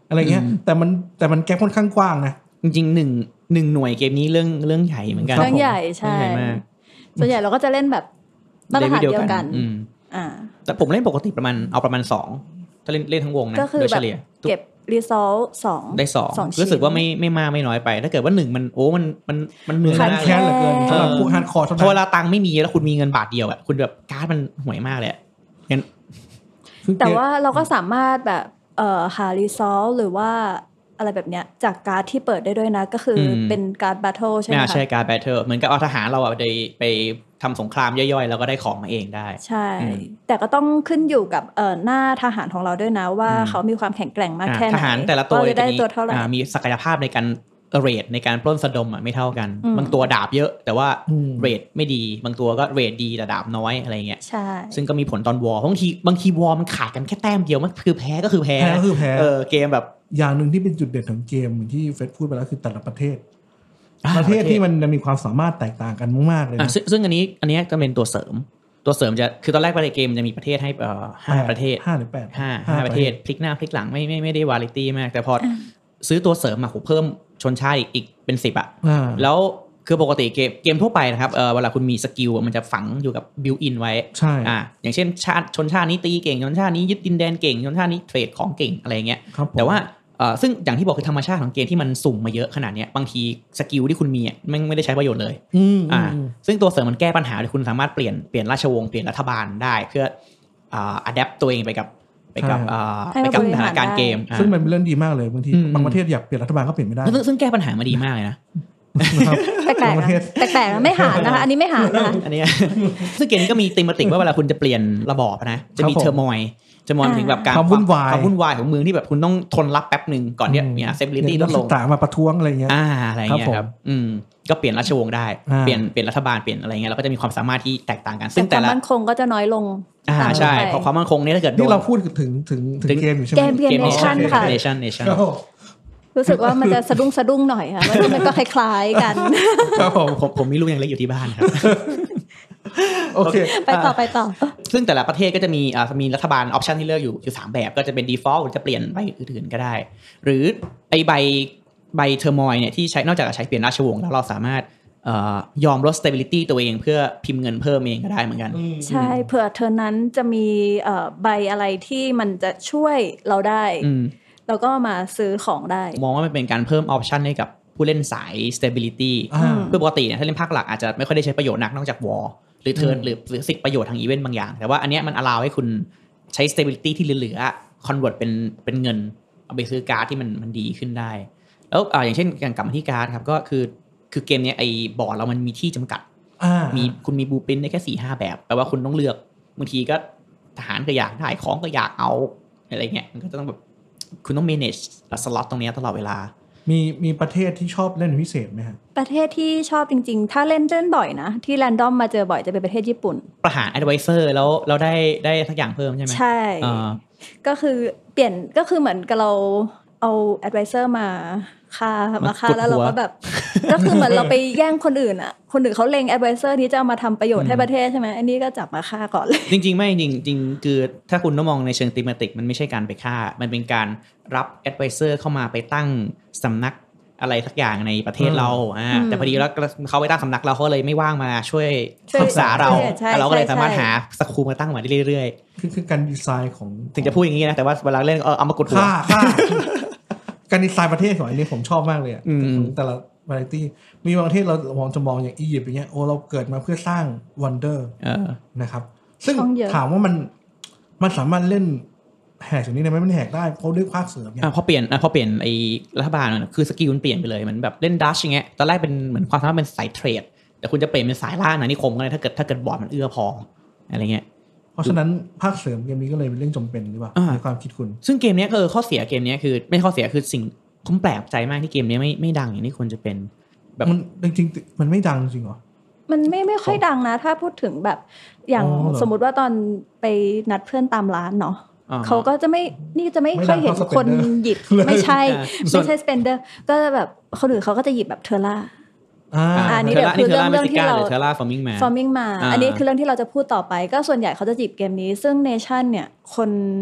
อะไรเงี้ยแต่มันแก๊ปค่อนข้างกว้างนะจริงๆหนึ่งหน่วยเกมนี้เรื่องใหญ่เหมือนกันเรื่องใหญ่ใช่ส่วนใหญ่เราก็จะเล่นแบบมาตรฐานเดียวกันแต่ผมเล่นปกติประมาณ2ถ้าเล่นทั้งวงนะโดยเฉลี่ยเก็บรีซอล2 ได้2รู้สึกว่าไม่มากไม่น้อยไปถ้าเกิดว่า1มันมันเหนื่อยมากแค้นเหลือเกินสำหรับพวกฮาร์ดคอร์เท่านั้นพอเวลาตังค์ไม่มีแล้วคุณมีเงินบาทเดียวอ่ะคุณแบบการ์ดมันห่วยมากเลยงั้นแต่ว่าเราก็สามารถแบบหารีซอลหรือว่าอะไรแบบเนี้ยจากการ์ดที่เปิดได้ด้วยนะก็คือเป็นการ์ดแบทเทิลใช่ไหมคะใช่การ์ดแบทเทิลเหมือนกับเอาทหารเราไปทำสงครามย่อยๆแล้วก็ได้ของมาเองได้ใช่แต่ก็ต้องขึ้นอยู่กับหน้าทหารของเราด้วยนะว่าเขามีความแข็งแกร่งมากแค่ไหนทหารแต่ละตัวจะได้ตัวเท่าไหร่มีศักยภาพในการเรทในการปล้นสะดมไม่เท่ากันบางตัวดาบเยอะแต่ว่าเรทไม่ดีบางตัวก็เรทดีแต่ดาบน้อยอะไรเงี้ยใช่ซึ่งก็มีผลตอนวอร์บางทีวอร์มันขาดกันแค่แต้มเดียวมันคือแพ้ก็คือแพ้เกมแบบอย่างนึงที่เป็นจุดเด่นของเกมเหมือนที่เฟซพูดไปแล้วคือแต่ละประเทศที่มันมีความสามารถแตกต่างกันมากๆเลยนะซึ่งอันนี้จะเป็นตัวเสริมจะคือตอนแรกในเกมจะมีประเทศให้5ประเทศ 5หรือ8 5ประเทศพลิกหน้าพลิกหลังไม่ได้วาไรตี้มากแต่พอซื้อตัวเสริมมาผมเพิ่มชนชาติอีกเป็น10แล้วคือปกติเกมทั่วไปนะครับเวลาคุณมีสกิลมันจะฝังอยู่กับบิลอินไว้ใช่อย่างเช่นชนชาตินี้ตีเก่งชนชาตินี้ยึดดินแดนเก่งชนชาตินี้เทรดของเก่งอะไรเงี้ยแต่ว่าซึ่งอย่างที่บอกคือธรรมชาติของเกมที่มันสุ่มมาเยอะขนาดนี้บางทีสกิลที่คุณมีไม่ได้ใช้ประโยชน์เลยซึ่งตัวเสริมมันแก้ปัญหาที่คุณสามารถเปลี่ยนราชวงศ์เปลี่ยนรัฐบาลได้เพื่อadapt ตัวเองไปกับสถานการณ์เกมซึ่งมันเป็นเรื่องดีมากเลยบางทีบางประเทศอยากเปลี่ยนรัฐบาลก็เปลี่ยนไม่ได้ซึ่งแก้ปัญหามาดีมากเลยนะแปลกๆไม่หารนะคะอันนี้ไม่หารนะคะอันนี้ซึ่งเกมนี้ก็มีธีมติกว่าเวลาคุณจะเปลี่ยนระบอบนะจะมีเทอร์มอยถึงแบบการความวุ่นวายของเมืองที่แบบคุณต้องทนรับแป๊บนึงก่อนที่มีเซฟลิตี้ลดลงต่างมาประท้วงอะไรเงี้ยอะไรเงี้ยครับก็เปลี่ยนราชวงศ์ได้เปลี่ยนรัฐบาลเปลี่ยนอะไรเงี้ยแล้วก็จะมีความสามารถที่แตกต่างกันซึ่งแต่ละความมั่นคงก็จะน้อยลงใช่เพราะความมั่นคงนี่ถ้าเกิดที่เราพูดถึงเกมอยู่ใช่ไหมเกมเนชั่นค่ะเนชั่นรู้สึกว่ามันจะสะดุ้งหน่อยค่ะมันก็คล้ายๆกันครับผมมีลูกยังเล็กอยู่ที่บ้านครับโอเคไปต่อซึ่งแต่ละประเทศก็จะมีรัฐบาลออปชันที่เลือกอยู่3แบบก็จะเป็น default หรือจะเปลี่ยนใบอื่นๆก็ได้หรือไอใบเทอร์มอยเนี่ยที่ใช้นอกจากใช้เปลี่ยนราชวงศ์แล้วเราสามารถยอมลด stability ตัวเองเพื่อพิมพ์เงินเพิ่มเองก็ได้เหมือนกันใช่เผื่อเธอนั้นจะมีใบอะไรที่มันจะช่วยเราได้แล้วก็มาซื้อของได้มองว่ามันเป็นการเพิ่มออปชันให้กับผู้เล่นสาย stability เพื่อปกติเนี่ยถ้าเล่นภาคหลักอาจจะไม่ค่อยได้ใช้ประโยชน์นักนอกจากวอลหรือเทิร์นหรือสิทธิประโยชน์ทางอีเวนต์บางอย่างแต่ว่าอันเนี้ยมัน allow ให้คุณใช้ stability ที่เหลือๆ convert เป็นเงินเอาไปซื้อการ์ดที่มันดีขึ้นได้แล้วอย่างเช่นการกลับมาที่การ์ดครับก็คือเกมนี้ไอ้บอร์ดเรามันมีที่จำกัดคุณมีบลูพรินท์ได้แค่ 4-5 แบบแปลว่าคุณต้องเลือกบางทีก็ทหารก็อยากได้ของก็อยากเอาอะไรเงี้ยมันก็จะต้องแบบคุณต้อง manage สล็อตตรงนี้ตลอดเวลามีประเทศที่ชอบเล่นพิเศษไหมฮะประเทศที่ชอบจริงๆถ้าเล่นบ่อยนะที่แรนดอมมาเจอบ่อยจะเป็นประเทศญี่ปุ่นประหาร advisor แล้วได้สักอย่างเพิ่มใช่ไหมใช่ก็คือเปลี่ยนก็คือเหมือนกับเราเอา advisor มาฆ่าแล้วเราก็แบบก็คือเหมือนเราไปแย่งคนอื่นอ่ะคนอื่นเขาเล็ง advisor ที่จะเอามาทำประโยชน์ให้ประเทศใช่ไหมอันนี้ก็จับมาฆ่าก่อนเลยจริงๆไม่จริงคือถ้าคุณต้องมองในเชิงธีมติกมันไม่ใช่การไปฆ่ามันเป็นการรับ advisor เข้ามาไปตั้งสำนักอะไรสักอย่างในประเทศเราแต่พอดีแล้วเขาไปตั้งสำนักเราเขาเลยไม่ว่างมาช่วยศึกษาเราก็เลยสามารถหาสกูมาตั้งมาได้เรื่อยๆคือการดีไซน์ของถึงจะพูดอย่างนี้นะแต่ว่าเวลาเล่นเอามากดหัวการดีไซน์ประเทศของอันนี้ผมชอบมากเลยของแต่ละวาไรตี้มีบางประเทศเรามองอย่างอียิปต์อย่างเงี้ยเราเกิดมาเพื่อสร้างวันเดอร์นะครับซึ่งถามว่ามันสามารถเล่นแหกอย่างนี้ได้ไหมมันแหกได้เพราะด้วยภาคเสริมเนี่ยพอเปลี่ยนไอ้รัฐบาลคือสกิลมันเปลี่ยนไปเลยเหมือนแบบเล่นดัชอย่างเงี้ยตอนแรกเป็นเหมือนความสามารถเป็นสายเทรดแต่คุณจะเปลี่ยนเป็นสายล่าอาณานิคมก็ได้ถ้าเกิดบอร์ดมันเอื้อพออะไรเงี้ยเพราะฉะนั้นภาคเสริมเกมนี้ก็เลยเป็นเรื่องจำเป็นหรือเปล่าในความคิดคุณซึ่งเกมนี้ข้อเสียเกมนี้คือไม่ข้อเสียคือสิ่งผมแปลกใจมากที่เกมนี้ไม่ดังอย่างที่ควรจะเป็นแบบมันจริงๆมันไม่ดังจริงเหรอมันไม่ค่อยดังนะถ้าพูดถึงแบบอย่างสมมุติว่าตอนไปนัดเพื่อนตามร้านเนาะเขาก็จะไม่ค่อยเห็นคนหยิบไม่ใช่สเปนเดอร์ก็แบบคนอื่นเขาก็จะหยิบแบบเทอร่าอันนี้เดี๋ยวคือเรื่องที่เราเทอร่าฟอร์มิงมาอันนี้คือเรื่องที่เราจะพูดต่อไปก็ส่วนใหญ่เขาจะหยิบเกมนี้ซึ่งเนชั่นเนี่ยคน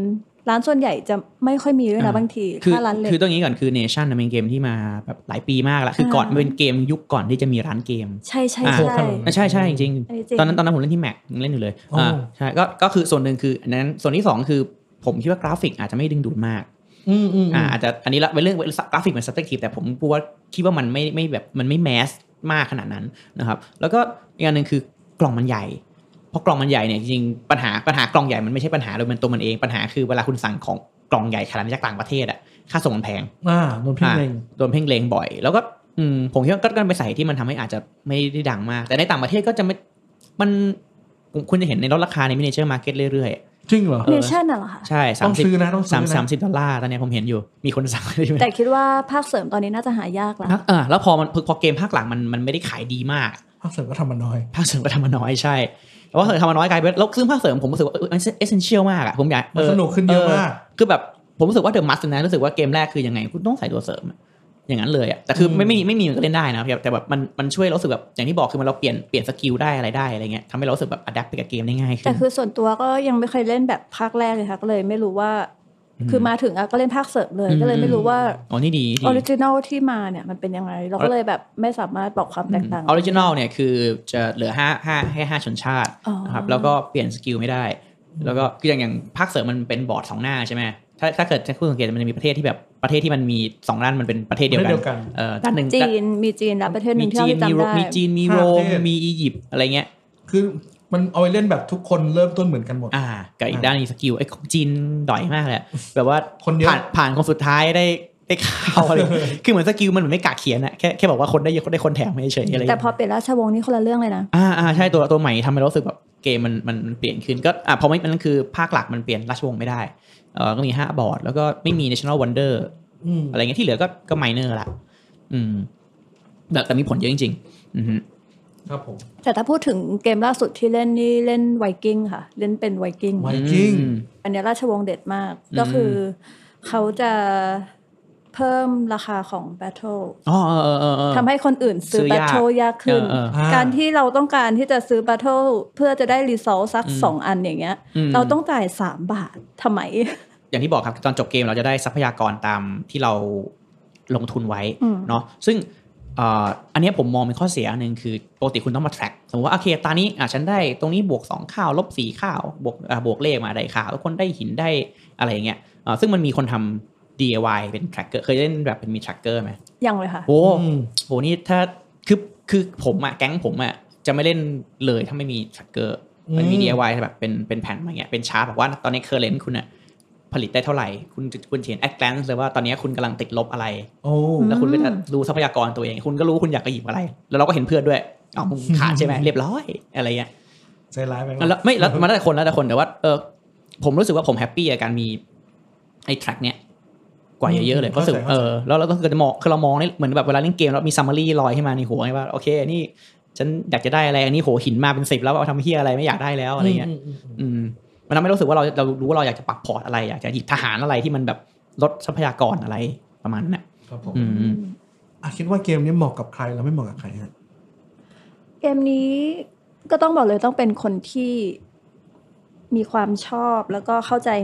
ร้านส่วนใหญ่จะไม่ค่อยมีด้วยนะบางทีถ้าร้านเล็กคือตรงนี้ก่อนคือ Nation เป็นเกมที่มาแบบหลายปีมากแล้วคือก่อนเป็นเกมยุคก่อนที่จะมีร้านเกมใช่ใช่ใช่จริงๆตอนนั้นผมเล่นที่ Mac ยังเล่นอยู่เลยใช่ก็คือส่วนหนึ่งคืออันนั้นส่วนที่2คือผมคิดว่ากราฟิกอาจจะไม่ดึงดูดมากอาจจะอันนี้ละเป็นเรื่องกราฟิกเหมือน subjective แต่ผมพูดว่าคิดว่ามันไม่แบบมันไม่แมสมากขนาดนั้นนะครับแล้วก็อีกอันนึงคือกล่องมันใหญ่เพราะกล่องมันใหญ่เนี่ยจริงๆปัญหากล่องใหญ่มันไม่ใช่ปัญหาเลยมันตัวมันเองปัญหาคือเวลาคุณสั่งของกล่องใหญ่ขนาดนี้จากต่างประเทศอ่ะค่าส่งมันแพงโดนเพ่งเล็งบ่อยแล้วก็ผมคิดว่าก็ไปใส่ที่มันทำให้อาจจะไม่ได้ดังมากแต่ในต่างประเทศก็จะไม่มันคุณจะเห็นในลดราคาใน Miniature Market เรื่อยๆจริงเหรอ Nation น่ะเหรอคะใช่ต้องซื้อนะ $30ตอนนี้ผมเห็นอยู่มีคนสั่งแต่คิดว่าภาคเสริมตอนนี้น่าจะหายากแล้วแล้วพอเกมภาคหลังมันไม่ได้ขายดีมากภาคเสริมก็ทำมาน้อยใช่แต่ว่าทำมาน้อยกลายเป็นแล้วซึ่งภาคเสริมผมรู้สึกว่ามันเอเซนเชียลมากอ่ะผมอยากสนุกขึ้นเยอะมากคือแบบผมรู้สึกว่าเดอะมัสนะรู้สึกว่าเกมแรกคือยังไงคุณต้องใส่ตัวเสริมอย่างนั้นเลยอ่ะแต่คือไม่มีมันก็เล่นได้นะแต่แบบมันช่วยเราสึกแบบอย่างที่บอกคือมันเราเปลี่ยนสกิลได้อะไรได้อะไรเงี้ยทำให้เราสึกแบบอัดแอปไปกับเกมได้ง่ายขึ้นแต่คือส่วนตัวก็ยังไม่เคยเล่นแบบภาคแรกเลยค่ะก็เลยไม่รู้ว่าคือมาถึงก็เล่นภาคเสริมเลยก็เลยไม่รู้ว่านี่ดีออริจินัลที่มาเนี่ยมันเป็นยังไงเราก็เลยแบบไม่สามารถบอกความแตกต่างออริจินัลเนี่ยคือจะเหลือ5ชนชาตินะครับแล้วก็เปลี่ยนสกิลไม่ได้แล้วก็คืออย่างภาคเสริมมันเป็นบอร์ด2หน้าใช่ไหมถ้าเกิดคุณสังเกตมันจะมีประเทศที่มันมี2ด้านมันเป็นประเทศเดียวกันด้านหนึ่งมีจีนและประเทศนึงที่เราจำได้มีจีนมีโรมมีอียิปต์อะไรเงี้ยคือมันเอาไปเล่นแบบทุกคนเริ่มต้นเหมือนกันหมดกับอีกด้านนี้สกิลไอ้ของจีนด่อยมากเลยแบบว่าผ่านคนสุดท้ายได้เข้าอะไรคือเหมือนสกิลมันเหมือนไม่กะเขียนอะแค่บอกว่าคนได้คนแถมไม่เฉยอะไรแต่พอเปลี่ยนราชวงศ์นี่คนละเรื่องเลยนะใช่ตัวใหม่ทำให้เรารู้สึกแบบเกมมันเปลี่ยนขึ้นก็พอไม่นั่นคือภาคหลักมันเปลี่ยนราชวงศ์ไม่ได้ก็มี5บอร์ดแล้วก็ไม่มี National Wonder อะไรเงี้ยที่เหลือก็ไมเนอร์ละแต่มีผลเยอะจริงๆครับผมแต่ถ้าพูดถึงเกมล่าสุดที่เล่นนี่เล่นไวกิ้งค่ะเล่นเป็นไวกิ้งอันนี้ราชวงศ์เด็ดมากก็คือเขาจะเพิ่มราคาของ Battle ทำให้คนอื่นซื้อ Battle ยากขึ้นการที่เราต้องการที่จะซื้อ Battle เพื่อจะได้ Resource สัก2อันอย่างเงี้ยเราต้องจ่าย3 บาททำไมอย่างที่บอกครับตอนจบเกมเราจะได้ทรัพยากรตามที่เราลงทุนไว้เนาะซึ่งอันนี้ผมมองเป็นข้อเสียนึงคือปกติคุณต้องมา track สมมติว่าโอเคตอนนี้ฉันได้ตรงนี้บวก2ข้าวลบ4ข้าวบวกเลขมาได้ข้าวทุกคนได้หินได้อะไรอย่างเงี้ยซึ่งมันมีคนทำ DIY เป็น tracker เคยเล่นแบบเป็นมี tracker ไหมยังเลยค่ะโหนี่ถ้าคือผมแก๊งผมจะไม่เล่นเลยถ้าไม่มี tracker มันมี DIY แบบเป็นแผ่นมาเงี้ยเป็นชาร์ตแบบว่าตอนนี้ current คุณผลิตได้เท่าไหร่คุณเห็น at glance เลยว่าตอนนี้คุณกำลังติดลบอะไรแล้วคุณก็จะดูทรัพยากรตัวเองคุณก็รู้คุณอยากจะหยิบอะไรแล้วเราก็เห็นเพื่อนด้วยมึงขาดใช่ไหมเรียบร้อยอะไรเงี้ยใจร้ายไปแล้วไม่แล้วมาได้คนแต่ว่าผมรู้สึกว่าผมแฮปปี้กับการมีไอ้ track เนี้ยกว่าเยอะๆเลยเพราะสึกแล้วเราก็คือจะมองคือเรามองนี่เหมือนแบบเวลาเล่นเกมแล้วมี summary ลอยขึ้นมาในหัวว่าโอเคนี่ฉันอยากจะได้อะไรอันนี้โหหินมาเป็น10แล้วเอาทำเหี้ยอะไรไม่อยากได้แล้วอะไรเงี้ยมันทำให้รู้สึกว่าเรารู้ว่าเราอยากจะปักพอร์ตอะไรอยากจะหยิบทหารอะไรที่มันแบบลดทรัพยากรอะไรประมาณนั้นครับผมคิดว่าเกมนี้เหมาะกับใครแล้วไม่เหมาะกับใครฮะเกมนี้ก็ต้องบอกเลยต้องเป็นคนที่มีความชอบแล้วก็เข้าใจ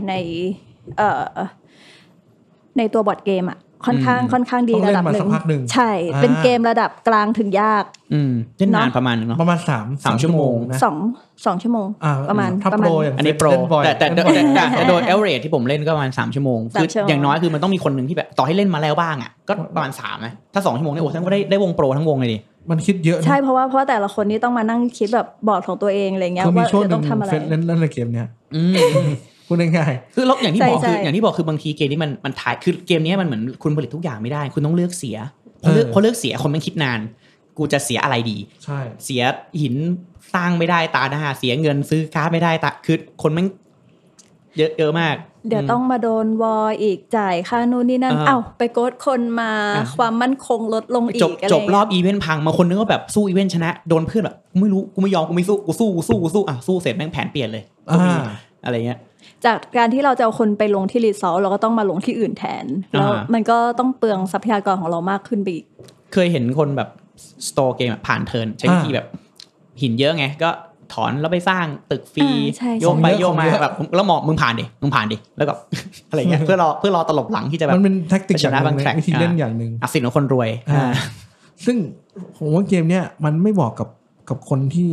ในตัวบอร์ดเกมค่อนข้างดีระดับหนึ่งใช่เป็นเกมระดับกลางถึงยากเล่นนานประมาณนึงเนาะประมาณ3ชั่วโมงนะ 2ชั่วโมงประมาณอันนี้โปรแต่โดย average ที่ผมเล่นก็ประมาณ3ชั่วโมงคืออย่างน้อยคือมันต้องมีคนนึงที่แบบต่อให้เล่นมาแล้วบ้างก็ประมาณ3นะถ้า2ชั่วโมงนี่โอ้ท่านก็ได้วงโปรทั้งวงเลยดิมันคิดเยอะใช่เพราะว่าแต่ละคนนี่ต้องมานั่งคิดแบบบอร์ดของตัวเองอะไรเงี้ยว่าจะต้องทำอะไรเล่นในเกมเนี้ยพูดง่ายๆคืออย่างที่บอกคือบางทีเกมนี้มันถ่ายคือเกมนี้มันเหมือนคุณผลิตทุกอย่างไม่ได้คุณต้องเลือกเสียพอเลือกเสียคนไม่คิดนานกูจะเสียอะไรดีใช่เสียหินสร้างไม่ได้ตาหน้าเสียเงินซื้อการ์ดไม่ได้ตาคือคนมันเยอะมากเดี๋ยวต้องมาโดนวออีกจ่ายค่านู่นนี่นั่นไปโกดคนมาความมั่นคงลดลงอีกจบรอบอีเวนต์พังมาคนนึงก็แบบสู้อีเวนต์ชนะโดนเพื่อนแบบไม่รู้กูไม่ยอมกูไม่สู้กูสู้เสร็จแม่งแผนเปลี่ยนเลยอะไรเงี้ยจากการที่เราจะเอาคนไปลงที่รีซอร์เราก็ต้องมาลงที่อื่นแทนแล้วมันก็ต้องเปลืองทรัพยากรของเรามากขึ้นไปอีกเคยเห็นคนแบบสโตร์เกมผ่านเทิร์นใช้วิธีแบบหินเยอะไงก็ถอนแล้วไปสร้างตึกฟรีโยกไปโยกมาแบบแล้วมึงผ่านดิแล้วก็ อะไรเงี้ยเพื่อรอตลบหลังที่จะแบบมันเป็นแท็กติกอย่างนึงวิธีเล่นอย่างนึงสิทธิ์ของคนรวยซึ่งผมว่าเกมเนี้ยมันไม่เหมาะกับคนที่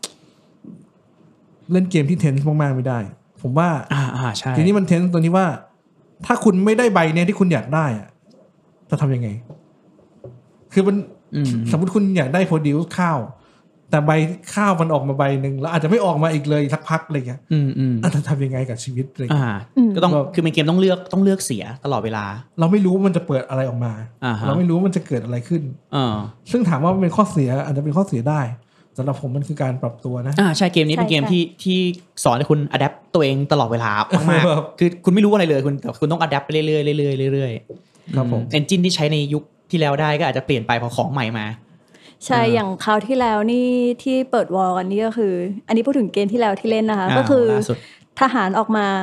เล่นเกมที่เทนส์มากๆไม่ได้ผมว่าใช่ทีนี้มันเทนส์ตัวนี้ว่าถ้าคุณไม่ได้ใบเนี้ยที่คุณอยากได้อะจะทำยังไงคือมันสมมติคุณอยากได้โปรดิวซ์ข้าวแต่ใบข้าวมันออกมาใบหนึ่งแล้วอาจจะไม่ออกมาอีกเลยสักพักอะไรเงี้ยจะทำยังไงกับชีวิตอะไรก็ต้องคือเป็นเกมต้องเลือกเสียตลอดเวลาเราไม่รู้ว่ามันจะเปิดอะไรออกมาเราไม่รู้ว่ามันจะเกิดอะไรขึ้นซึ่งถามว่ามันเป็นข้อเสียอาจจะเป็นข้อเสียได้สำหรับผมมันคือการปรับตัวนะใช่เกมนี้เป็นเกมที่สอนให้คุณอัดแอปตัวเองตลอดเวลามากๆคือคุณไม่รู้อะไรเลยคุณต้องอัดแอปไปเรื่อยๆครับผมเอนจินที่ใช้ในยุคที่แล้วได้ก็อาจจะเปลี่ยนไปเพราะของใหม่มาใช่อย่างคราวที่แล้วนี่ที่เปิดวอลกันนี่ก็คืออันนี้พูดถึงเกมที่แล้วที่เล่นนะคะก็คือทหารออกมา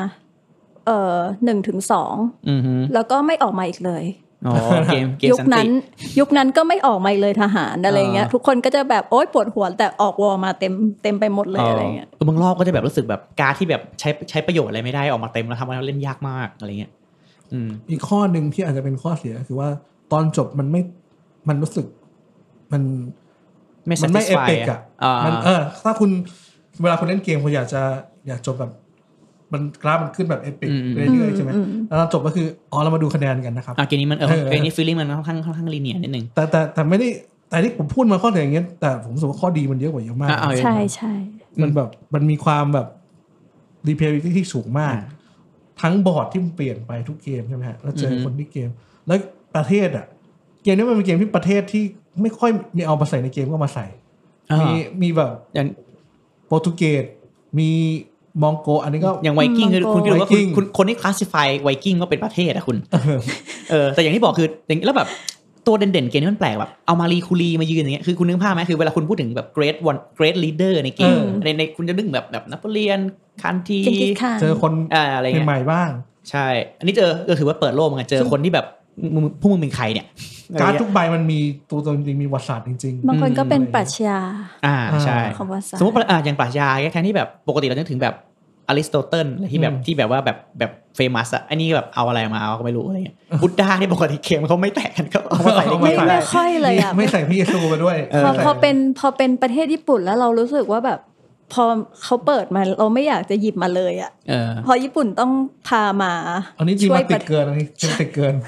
1-2แล้วก็ไม่ออกมาอีกเลยยุคนั้นก็ไม่ออกมาเลยทหารอะไรเงี้ยทุกคนก็จะแบบโอ๊ยปวดหัวแต่ออกวอลมาเต็มไปหมดเลยอะไรเงี้ยบางรอบก็จะแบบรู้สึกแบบการที่แบบใช้ประโยชน์อะไรไม่ได้ออกมาเต็มแล้วทำให้เราเล่นยากมากอะไรเงี้ยอีกข้อหนึ่งที่อาจจะเป็นข้อเสียคือว่าตอนจบมันรู้สึกมันไม่เอปิกอ่ะมันถ้าคุณเวลาคุณเล่นเกมคุณอยากจบแบบมันกราฟมันขึ้นแบบเอปิกเรื่อยๆใช่ไหมแล้วจบก็คือเรามาดูคะแนนกันนะครับเกมนี้มันเกมนี้ฟีลลิ่งมันค่อนข้างลีเนียร์นิดนึงแต่ไม่ได้แต่ที่ผมพูดมาข้อเสียอย่างเงี้ยแต่ผมรู้สึกว่าข้อดีมันเยอะกว่าเยอะมากใช่ใช่มันแบบมันมีความแบบรีเพลย์ที่สูงมากทั้งบอร์ดที่มันเปลี่ยนไปทุกเกมใช่ไหมฮะแล้วเจอคนที่เกมแล้วประเทศอ่ะเกมนี้มันเป็นเกมที่ประเทศที่ไม่ค่อยมีเอามาใส่ในเกมก็มาใส่มีแบบอย่างโปรตุเกสมีมองโกอันนี้ก็อย่างไวกิ้งคือคุณคิดว่าคนที่คลาสสิฟายไวกิ้งก็เป็นประเทศอะคุณแต่อย่างที่บอกคืออย่างแล้วแบบตัวเด่นๆเกมนี้มันแปลกแบบเอามารีคูรีมายืนอย่างเงี้ยคือคุณนึกภาพไหมคือเวลาคุณพูดถึงแบบ great leader ในเกมในคุณจะนึกแบบนโปเลียนคันทีเจอคนอะไรใหม่ๆบ้างใช่อันนี้ก็ถือว่าเปิดโลกเหมือนกันเจอคนที่แบบพวกมึงเป็นใครเนี่ยการทุกใบมันมีตัวจริงมีวัฏศาสตร์จริงๆบางคนก็เป็นปรัชญาใช่สมมติอย่างปรัชญาแทนที่แบบปกติเรานึกถึงแบบอริสโตเติลอะไรที่แบบว่าแบบเฟมัสอะอันนี้แบบเอาอะไรมาก็ไม่รู้อะไรเงี้ยบุตดาที่ปกติเกมเขาไม่แตะกันก็เอามาใส่ไม่ค่อยเลยอะไม่ใส่พี่เยซูมาด้วยพอเป็นประเทศญี่ปุ่นแล้วเรารู้สึกว่าแบบพอเขาเปิดมาเราไม่อยากจะหยิบมาเลยอ่ะพอญี่ปุ่นต้องพามาอันนี้จริงมาติดเกินอันนี้จริงติดเกิน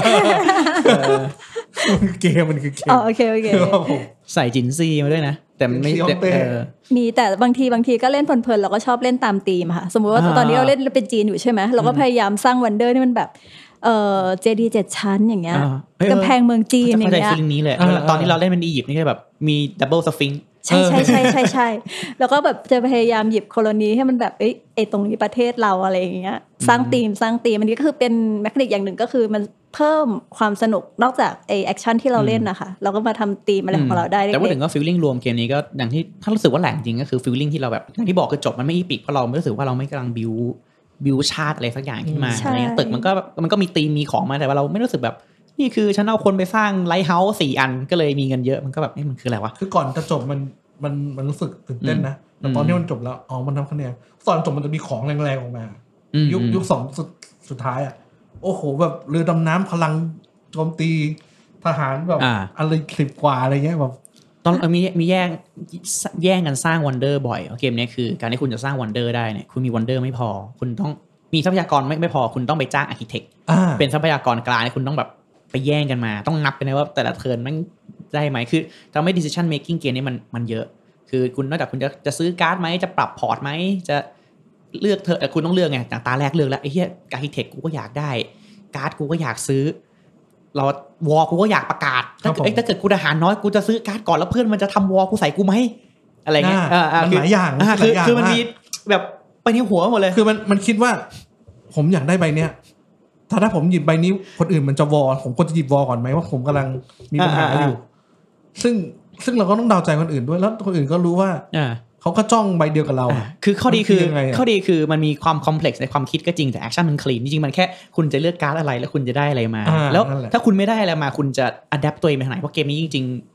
เกมมันคือเกมโอเคใส่จินซีมาด้วยนะแต่ไม่มีแต่บางทีก็เล่นเพลินๆเราก็ชอบเล่นตามธีมค่ะสมมติว่าตอนนี้เราเล่นเป็นจีนอยู่ใช่ไหมเราก็พยายามสร้างวันเดอร์ที่มันแบบเจดีย์7 ชั้นอย่างเงี้ยกำแพงเมืองจีนอย่างเงี้ยนี้เลยตอนที่เราเล่นเป็นอียิปต์นี่ก็แบบมีดับเบิลสฟิงค์ใช่แล้วก็แบบจะพยายามหยิบโคโลนีให้มันแบบไอ้ตรงนี้ประเทศเราอะไรอย่างเงี้ยสร้างธีมอันนี้ก็คือเป็นแมคานิกอย่างหนึ่งก็คือมันเพิ่มความสนุกนอกจากไอแอคชั่นที่เราเล่นนะคะเราก็มาทำธีมอะไรของเราได้แต่ว่าถึงก็ฟีลลิ่งรวมเกมนี้ก็อย่างที่ถ้ารู้สึกว่าแหลงจริงก็คือฟีลลิ่งที่เราแบบอย่างที่บอกคือจบมันไม่อีปิกเพราะเราไม่รู้สึกว่าเราไม่กำลังบิวชาติอะไรสักอย่างขึ้นมาอะไรเงี้ยตึกมันก็มีธีมมีของมาแต่ว่าเราไม่รู้สึกแบบนี่คือฉันเอาคนไปสร้างไลท์เฮาส์4 อันก็เลยมีเงินเยอะมันก็แบบมันคืออะไรวะคือก่อนจะจบมันรู้สึกตื่นเต้นนะแต่ตอนที่มันจบแล้วมันทำคะแนนตอนจบมันจะมีของแรงๆออกมายุค2สุดท้ายอ่ะโอ้โหแบบเรือดำน้ำพลังโจมตีทหารแบบอะไร10 กว่าอะไรเงี้ยแบบตอนมีแย่งกันสร้างวันเดอร์บ่อยเกมนี้คือการที่คุณจะสร้างวันเดอร์ได้เนี่ยคุณมีวันเดอร์ไม่พอคุณต้องมีทรัพยากรไม่พอคุณต้องไปจ้างอาร์คิเทคเป็นทรัพยากรกลางคุณต้องแบบไปแย่งกันมาต้องนับไปนะว่าแต่ละเทิร์นมันได้ไหมคือทำให้ decision making เกมนี้มันเยอะคือคุณนอกจากคุณจะซื้อการ์ดไหมจะปรับพอร์ตไหมจะเลือกคุณต้องเลือกไงจากตาแรกเลือกแล้วไอ้เหี้ยอาร์คิเทคกูก็อยากได้การ์ดกูก็อยากซื้อเราวอลกูก็อยากประกาศถ้าเกิดกูทหารน้อยกูจะซื้อการ์ดก่อนแล้วเพื่อนมันจะทำวอลกูใส่กูไหมอะไรเงี้ยมันหลายอย่างคือมันมีแบบไปในหัวหมดเลยคือมันคิดว่าผมอยากได้ใบเนี้ยถ้าผมหยิบใบนี้คนอื่นมันจะวอลผมควรจะหยิบวอลก่อนไหมว่าผมกำลังมีปัญหาอยู่ซึ่งเราก็ต้องเดาใจคนอื่นด้วยแล้วคนอื่นก็รู้ว่าเขาก็จ้องใบเดียวกับเราคือข้อดีคือมันมีความคอมเพล็กซ์ในความคิดก็จริงแต่แอคชั่นมันคลีนจริงๆมันแค่คุณจะเลือกการ์ดอะไรแล้วคุณจะได้อะไรมาแล้วถ้าคุณไม่ได้อะไรมาคุณจะอัดแอปตัวเองไปไหนเพราะเกมนี้จริงๆ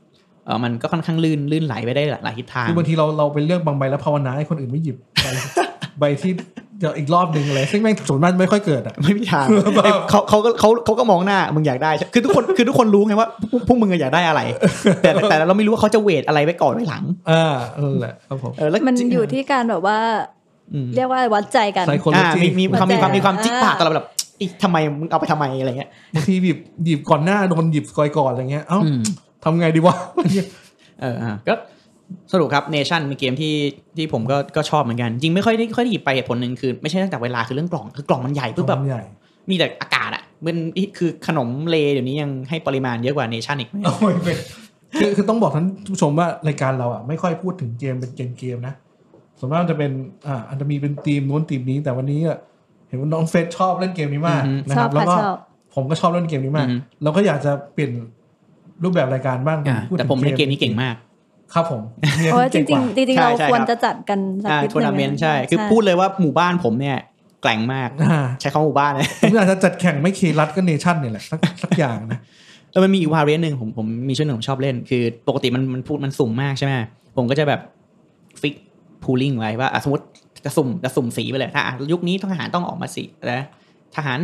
มันก็ค่อนข้างลื่นไหลไปได้หลายทิศทางคือบางทีเราเป็นเรื่องบางใบแล้วภาวนาให้คนอื่นไม่หยิบใบที่เดี๋ยวอีกรอบนึงอะไรซึ่งแม่งส่วนมากไม่ค่อยเกิดอ่ะไม่มีทางเขาก็มองหน้ามึงอยากได้คือทุกคนรู้ไงว่าพวกมึงอยากได้อะไรแต่เราไม่รู้ว่าเขาจะเวทอะไรไว้ก่อนไว้หลังนั่นแหละครับผมมันอยู่ที่การแบบว่าเรียกว่าวัดใจกันมีความจิ๊กปากตลอดแบบทำไมมึงเอาไปทำไมอะไรเงี้ยบางทีหยิบก่อนหน้าโดนหยิบก่อนอะไรเงี้ยทำไงดีวะก็สรุปครับเนชั่นเป็นเกมที่ผมก็ชอบเหมือนกันจริงไม่ค่อยได้หยิบไปเหตุผลนึงคือไม่ใช่เรื่องจากเวลาคือเรื่องกล่องคือกล่องมันใหญ่เพื่อแบบมีแต่อากาศอ่ะมันคือขนมเลเดี๋ยวนี้ยังให้ปริมาณเยอะกว่าเนชั่นอีกคือต้องบอกท่านผู้ชมว่ารายการเราอ่ะไม่ค่อยพูดถึงเกมเป็นเกมนะส่วนมากจะเป็นอาจจะมีเป็นธีมนู้นธีมนี้แต่วันนี้เห็นว่าน้องเฟสชอบเล่นเกมนี้มากนะครับแล้วก็ผมก็ชอบเล่นเกมนี้มากเราก็อยากจะเปลี่ยนรูปแบบรายการบ้างแต่ผมเล่นเกมนี้เก่งมากครับผมเพราะจริงเราควรจะจัดกันสักนิดนึงทัวร์นาเมนต์ใช่คือพูดเลยว่าหมู่บ้านผมเนี่ยแกร่งมากใช้คำว่าหมู่บ้านเลยผมอยากจะจัดแข่งไม่เครัดก็เนชั่นเนี่ยแหละสักอย่างนะแล้วมันมีอีกวาเรียนนึงผมมีช่วงนึงผมชอบเล่นคือปกติมันสุ่มมากใช่ไหมผมก็จะแบบฟิกพูลิ่งไว้ว่าสมมติจะสุ่มสีไปเลยถ้ายุคนี้ทหารต้องออกมาสีนะทหาร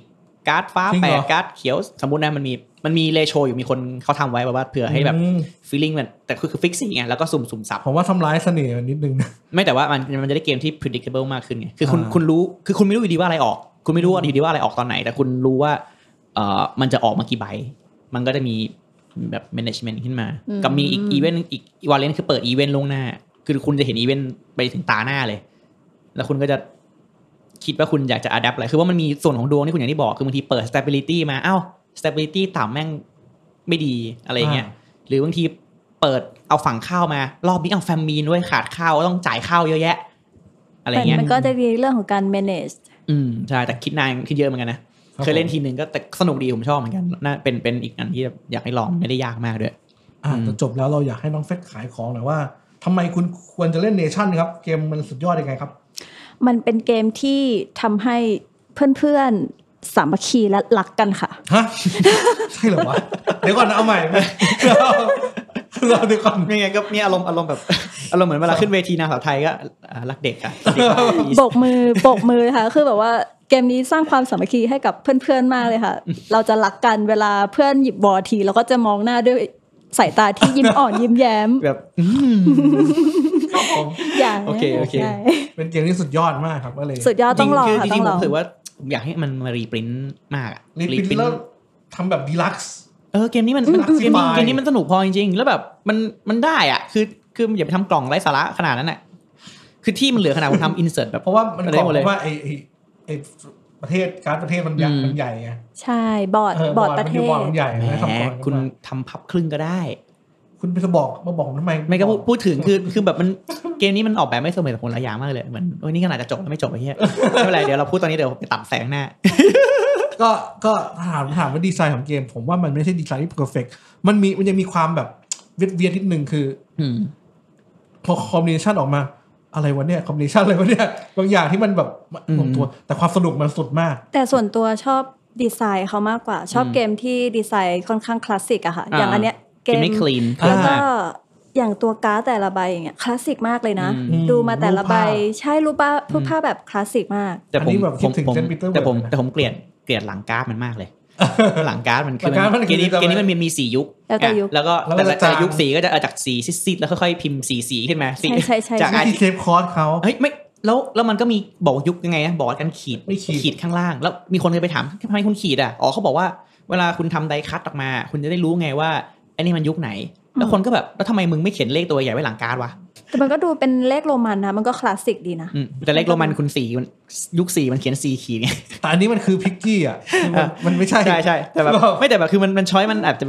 4การ์ดฟ้า8การ์ดเขียวสมมุตินะมันมีเลโชอยู่มีคนเขาทำไว้แบบว่าเผื่อให้แบบฟีลลิ่งมันแต่คือฟิกสีไงแล้วก็สุ่มสับผมว่าทำร้ายเสน่ห์นิดนึงนะไม่แต่ว่ามันจะได้เกมที่ predictable มากขึ้นไงคือคุณรู้คือคุณไม่รู้อยู่ดีว่าอะไรออกคุณไม่รู้ว่าอยู่ดีว่าอะไรออกตอนไหนแต่คุณรู้ว่ามันจะออกมากี่ใบมันก็จะมีแบบ management ขึ้นมากับมีอีเวนต์อีกวาเลนต์คือเปิดอีเวนต์ล่วงหน้าคือคุณจะเห็นอีเวนต์ไปถึงตาหน้าเลยแล้วคุณก็จะคิดว่าคุณอยากจะ adapt อะไรคือว่ามันมีส่วนของดวงที่คุณอย่างที่บอกคือบางทีเปิด stability มาstability ต่ำแม่งไม่ดีอะไรเงี้ยหรือบางทีเปิดเอาฝั่งข้าวมารอบนี้เอาแฟมมีนด้วยขาดข้าวต้องจ่ายข้าวเยอะแยะอะไรเงี้ยมันก็จะมีเรื่องของการ manage ใช่แต่คิดนานคิดเยอะเหมือนกันนะเคยเล่นทีนึงก็แต่สนุกดีผมชอบเหมือนกันน่าเป็นอีกอันที่อยากให้ลองไม่ได้ยากมากด้วยจะจบแล้วเราอยากให้น้องเฟสขายของหน่อยว่าทำไมคุณควรจะเล่นเนชั่นครับเกมมันสุดยอดยังไงครับมันเป็นเกมที่ทำให้เพื่อนๆสามัคคีและรักกันค่ะฮะใช่เหรอวะเดี๋ยวก่อนนะเอาใหม่เราเดี๋ยวก่อนยังไงก็เนี่ยอารมณ์แบบอารมณ์เหมือนเวลาขึ้นเวทีนางสาวไทยก็รักเด็กค่ะโบกมือค่ะคือแบบว่าเกมนี้สร้างความสามัคคีให้กับเพื่อนๆมากเลยค่ะเราจะรักกันเวลาเพื่อนหยิบบอลทีเราก็จะมองหน้าด้วยสายตาที่ยิ้มอ่อนยิ้มแย้มแบบอย่างโอเคเป็นเกมที่สุดยอดมากครับก็เลยสุดยอดต้องลองค่ะจริงๆผมถือว่าอยากให้มันมารีพรินต์มากรีพรินต์แล้วทำแบบดีลักซ์เกมนี้มันสนุกพอจริงๆแล้วแบบมันได้อ่ะคืออย่าไปทำกล่องไร้สาระขนาดนั้นน่ะคือที่มันเหลือขนาดผมทำอินเสิร์ตแบบเพราะว่ามันกล่องว่าไอประเทศการประเทศมันใหญ่ไงใช่บอร์ดประเทศมันใหญ่คุณทำพับครึ่งก็ได้คุณไปจะบอกมาบอกทำไมไม่ก็พูดถึงคือแบบมันเกมนี้มันออกแบบไม่สมเหตุผลหลายอย่างมากเลยเหมือนนี่ขนาดจะจบแล้วไม่จบไอ้เหี้ยไม่เป็นไรเดี๋ยวเราพูดตอนนี้เดี๋ยวไปตัดแสงหน้าก็ถามว่าดีไซน์ของเกมผมว่ามันไม่ใช่ดีไซน์ที่เพอร์เฟกต์มันยังมีความแบบเวียดนิดนึงคือพอคอมบิเนชันออกมาอะไรวะเนี่ยคอมบิเนชันอะไรวะเนี่ยบางอย่างที่มันแบบลงตัวแต่ความสนุกมันสุดมากแต่ส่วนตัวชอบดีไซน์เขามากกว่าชอบเกมที่ดีไซน์ค่อนข้างคลาสสิกอะค่ะอย่างอันเนี้ยเกมไม่คลีนแล้วก็อย่างตัวการ์ดแต่ละใบอย่างเงี้ยคลาสสิกมากเลยนะดูมาแต่ละใบใช่รูปภาพแบบคลาสสิกมากแต่ผมเกลียดหลังการ์ดมันมากเลยหลังการ์ดมันคือเกมนี้มันมี4ยุคแล้วก็แต่ยุคสีก็จะจากสีซิดๆแล้วค่อยๆพิมพ์สีขึ้นมาจากที่เซฟคอร์สเขาเฮ้ยไม่แล้วมันก็มีบอกยุคยังไงนะบอกกันขีดข้างล่างแล้วมีคนเคยไปถามทำไมคุณขีดเขาบอกว่าเวลาคุณทำไดคัตออกมาคุณจะได้รู้ไงว่าไอ้นี่มันยุคไหนแล้วคนก็แบบแล้วทำไมมึงไม่เขียนเลขตัวใหญ่ไว้หลังการ์ดวะแต่มันก็ดูเป็นเลขโรมันนะมันก็คลาสสิกดีนะแต่เลขโรมันคุณยุค4มันเขียน4ขีดไงแต่อันนี้มันคือพิกกี้อ่ะมันไม่ใช่ใช่แต่แบบไม่แต่แบบคือมันช้อยมันอาจจะ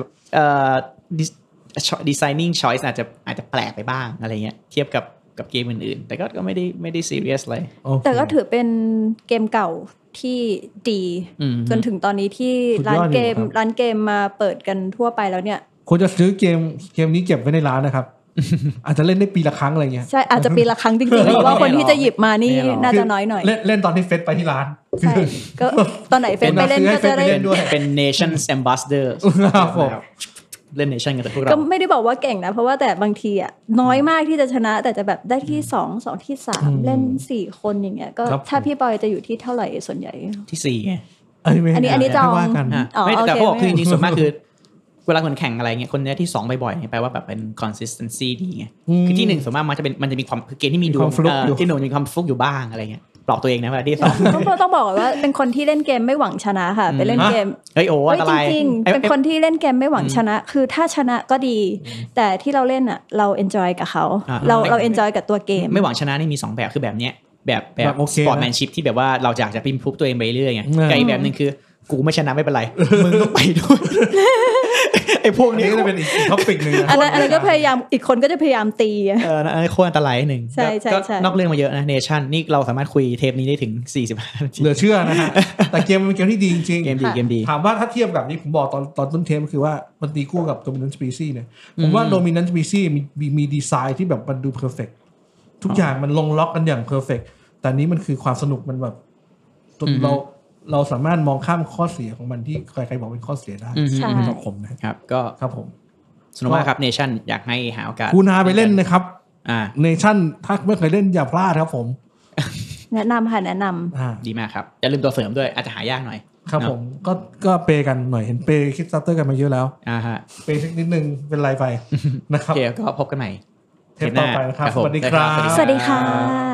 designing choice อาจจะแปลกไปบ้างอะไรเงี้ยเทียบกับเกมอื่นๆแต่ก็ไม่ได้ซีเรียสเลยแต่ก็ถือเป็นเกมเก่าที่ดีจนถึงตอนนี้ที่ร้านเกมมาเปิดกันทั่วไปแล้วเนี่ยควรจะซื้อเกมนี้เก็บไว้ในร้านนะครับ อาจจะเล่นได้ปีละครั้งอะไรเงี้ยใช่อาจจะปีละครั้งจริงๆเพราะว่าคนที่จะหยิบมานี่น่าจะน้อยหน่อยเล่นตอนที่เฟสไปที่ร้านใช่ก็ตอนไหนเฟสไปเล่นก็จะได้เป็น Nations Ambassador เล่นเนชั่นกันแต่พวกเราก็ไม่ได้บอกว่าเก่งนะเพราะว่าแต่บางทีอ่ะน้อยมากที่จะชนะแต่จะแบบได้ที่2ที่3เล่น4คนอย่างเงี้ยก็ถ้าพี่ปอยจะอยู่ที่เท่าไหร่ส่วนใหญ่ที่4ไงอันนี้จองว่ากันไม่แต่เขาบอกคือจริงๆส่วนมากคือเวลาคนแข่งอะไรเงี้ยคนเนี้ยที่2บ่อยๆแปลว่าแบบเป็น consistency ดีไงคือที่1ส่วนมากมันจะมีความเกมที่มีดวงที่1มีความฟลุกอยู่บ้างอะไรเงี้ยปลอบตัวเองนะเวลาที่2 ต้องบอกว่าเป็นคนที่เล่นเกมไม่หวังชนะค่ะไปเล่นเกมเฮ้ยโอ้อันตรายจริงๆเป็นคนที่เล่นเกมไม่หวังชนะคือถ้าชนะก็ดีแต่ที่เราเล่นอ่ะเรา enjoy กับเขาเรา enjoy กับตัวเกมไม่หวังชนะนี่มี2แบบคือแบบเนี้ยแบบสปอร์ตแมนชิพที่แบบว่าเราอยากจะพิมพ์พุกตัวเองไปเรื่อยไงกับอีกแบบนึงคือกูไม่ชนะไม่เป็นไรมึงต้องไปด้วยไอ้พวกนี้ก็จะเป็นอีกท็อปิกนึงนะอันนั้นก็พยายามอีกคนก็จะพยายามตีอันนี้โคตรอันตรายหนึ่งก็นอกเรื่องมาเยอะนะเนชั่นนี่เราสามารถคุยเทปนี้ได้ถึง45นาทีเหลือเชื่อนะฮะแต่เกมมันเป็นเกมที่ดีจริงๆเกมดีถามว่าถ้าเทียบกับนี่ผมบอกตอนต้นเทปคือว่ามันตีคู่กับ Dominant Species เนี่ยผมว่า Dominant Species มีดีไซน์ที่แบบมันดูเพอร์เฟกต์ทุกอย่างมันลงล็อกกันอย่างเพอร์เฟกต์แต่นี้มันคือความสนุกมันแบบเราสามารถมองข้ามข้อเสียของมันที่ใครๆบอกเป็นข้อเสียได้ใช่ในสังคมนะครับก็ครับผมสนุกมากครับเนชั่นอยากให้หาโอกาสคุณนาไปเล่นนะครับเนชั่นถ้าไม่เคยเล่นอย่าพลาดครับผมแนะนำค่ะแนะนำดีมากครับอย่าลืมตัวเสริมด้วยอาจจะหายากหน่อยครับผมก็เปย์กันหน่อยเห็นเปย์คิดสตาร์เตอร์กันมาเยอะแล้วเปย์สักนิดนึงเป็นไรไปนะครับโอเคก็พบกันใหม่เทปต่อไปนะครับสวัสดีครับสวัสดีค่ะ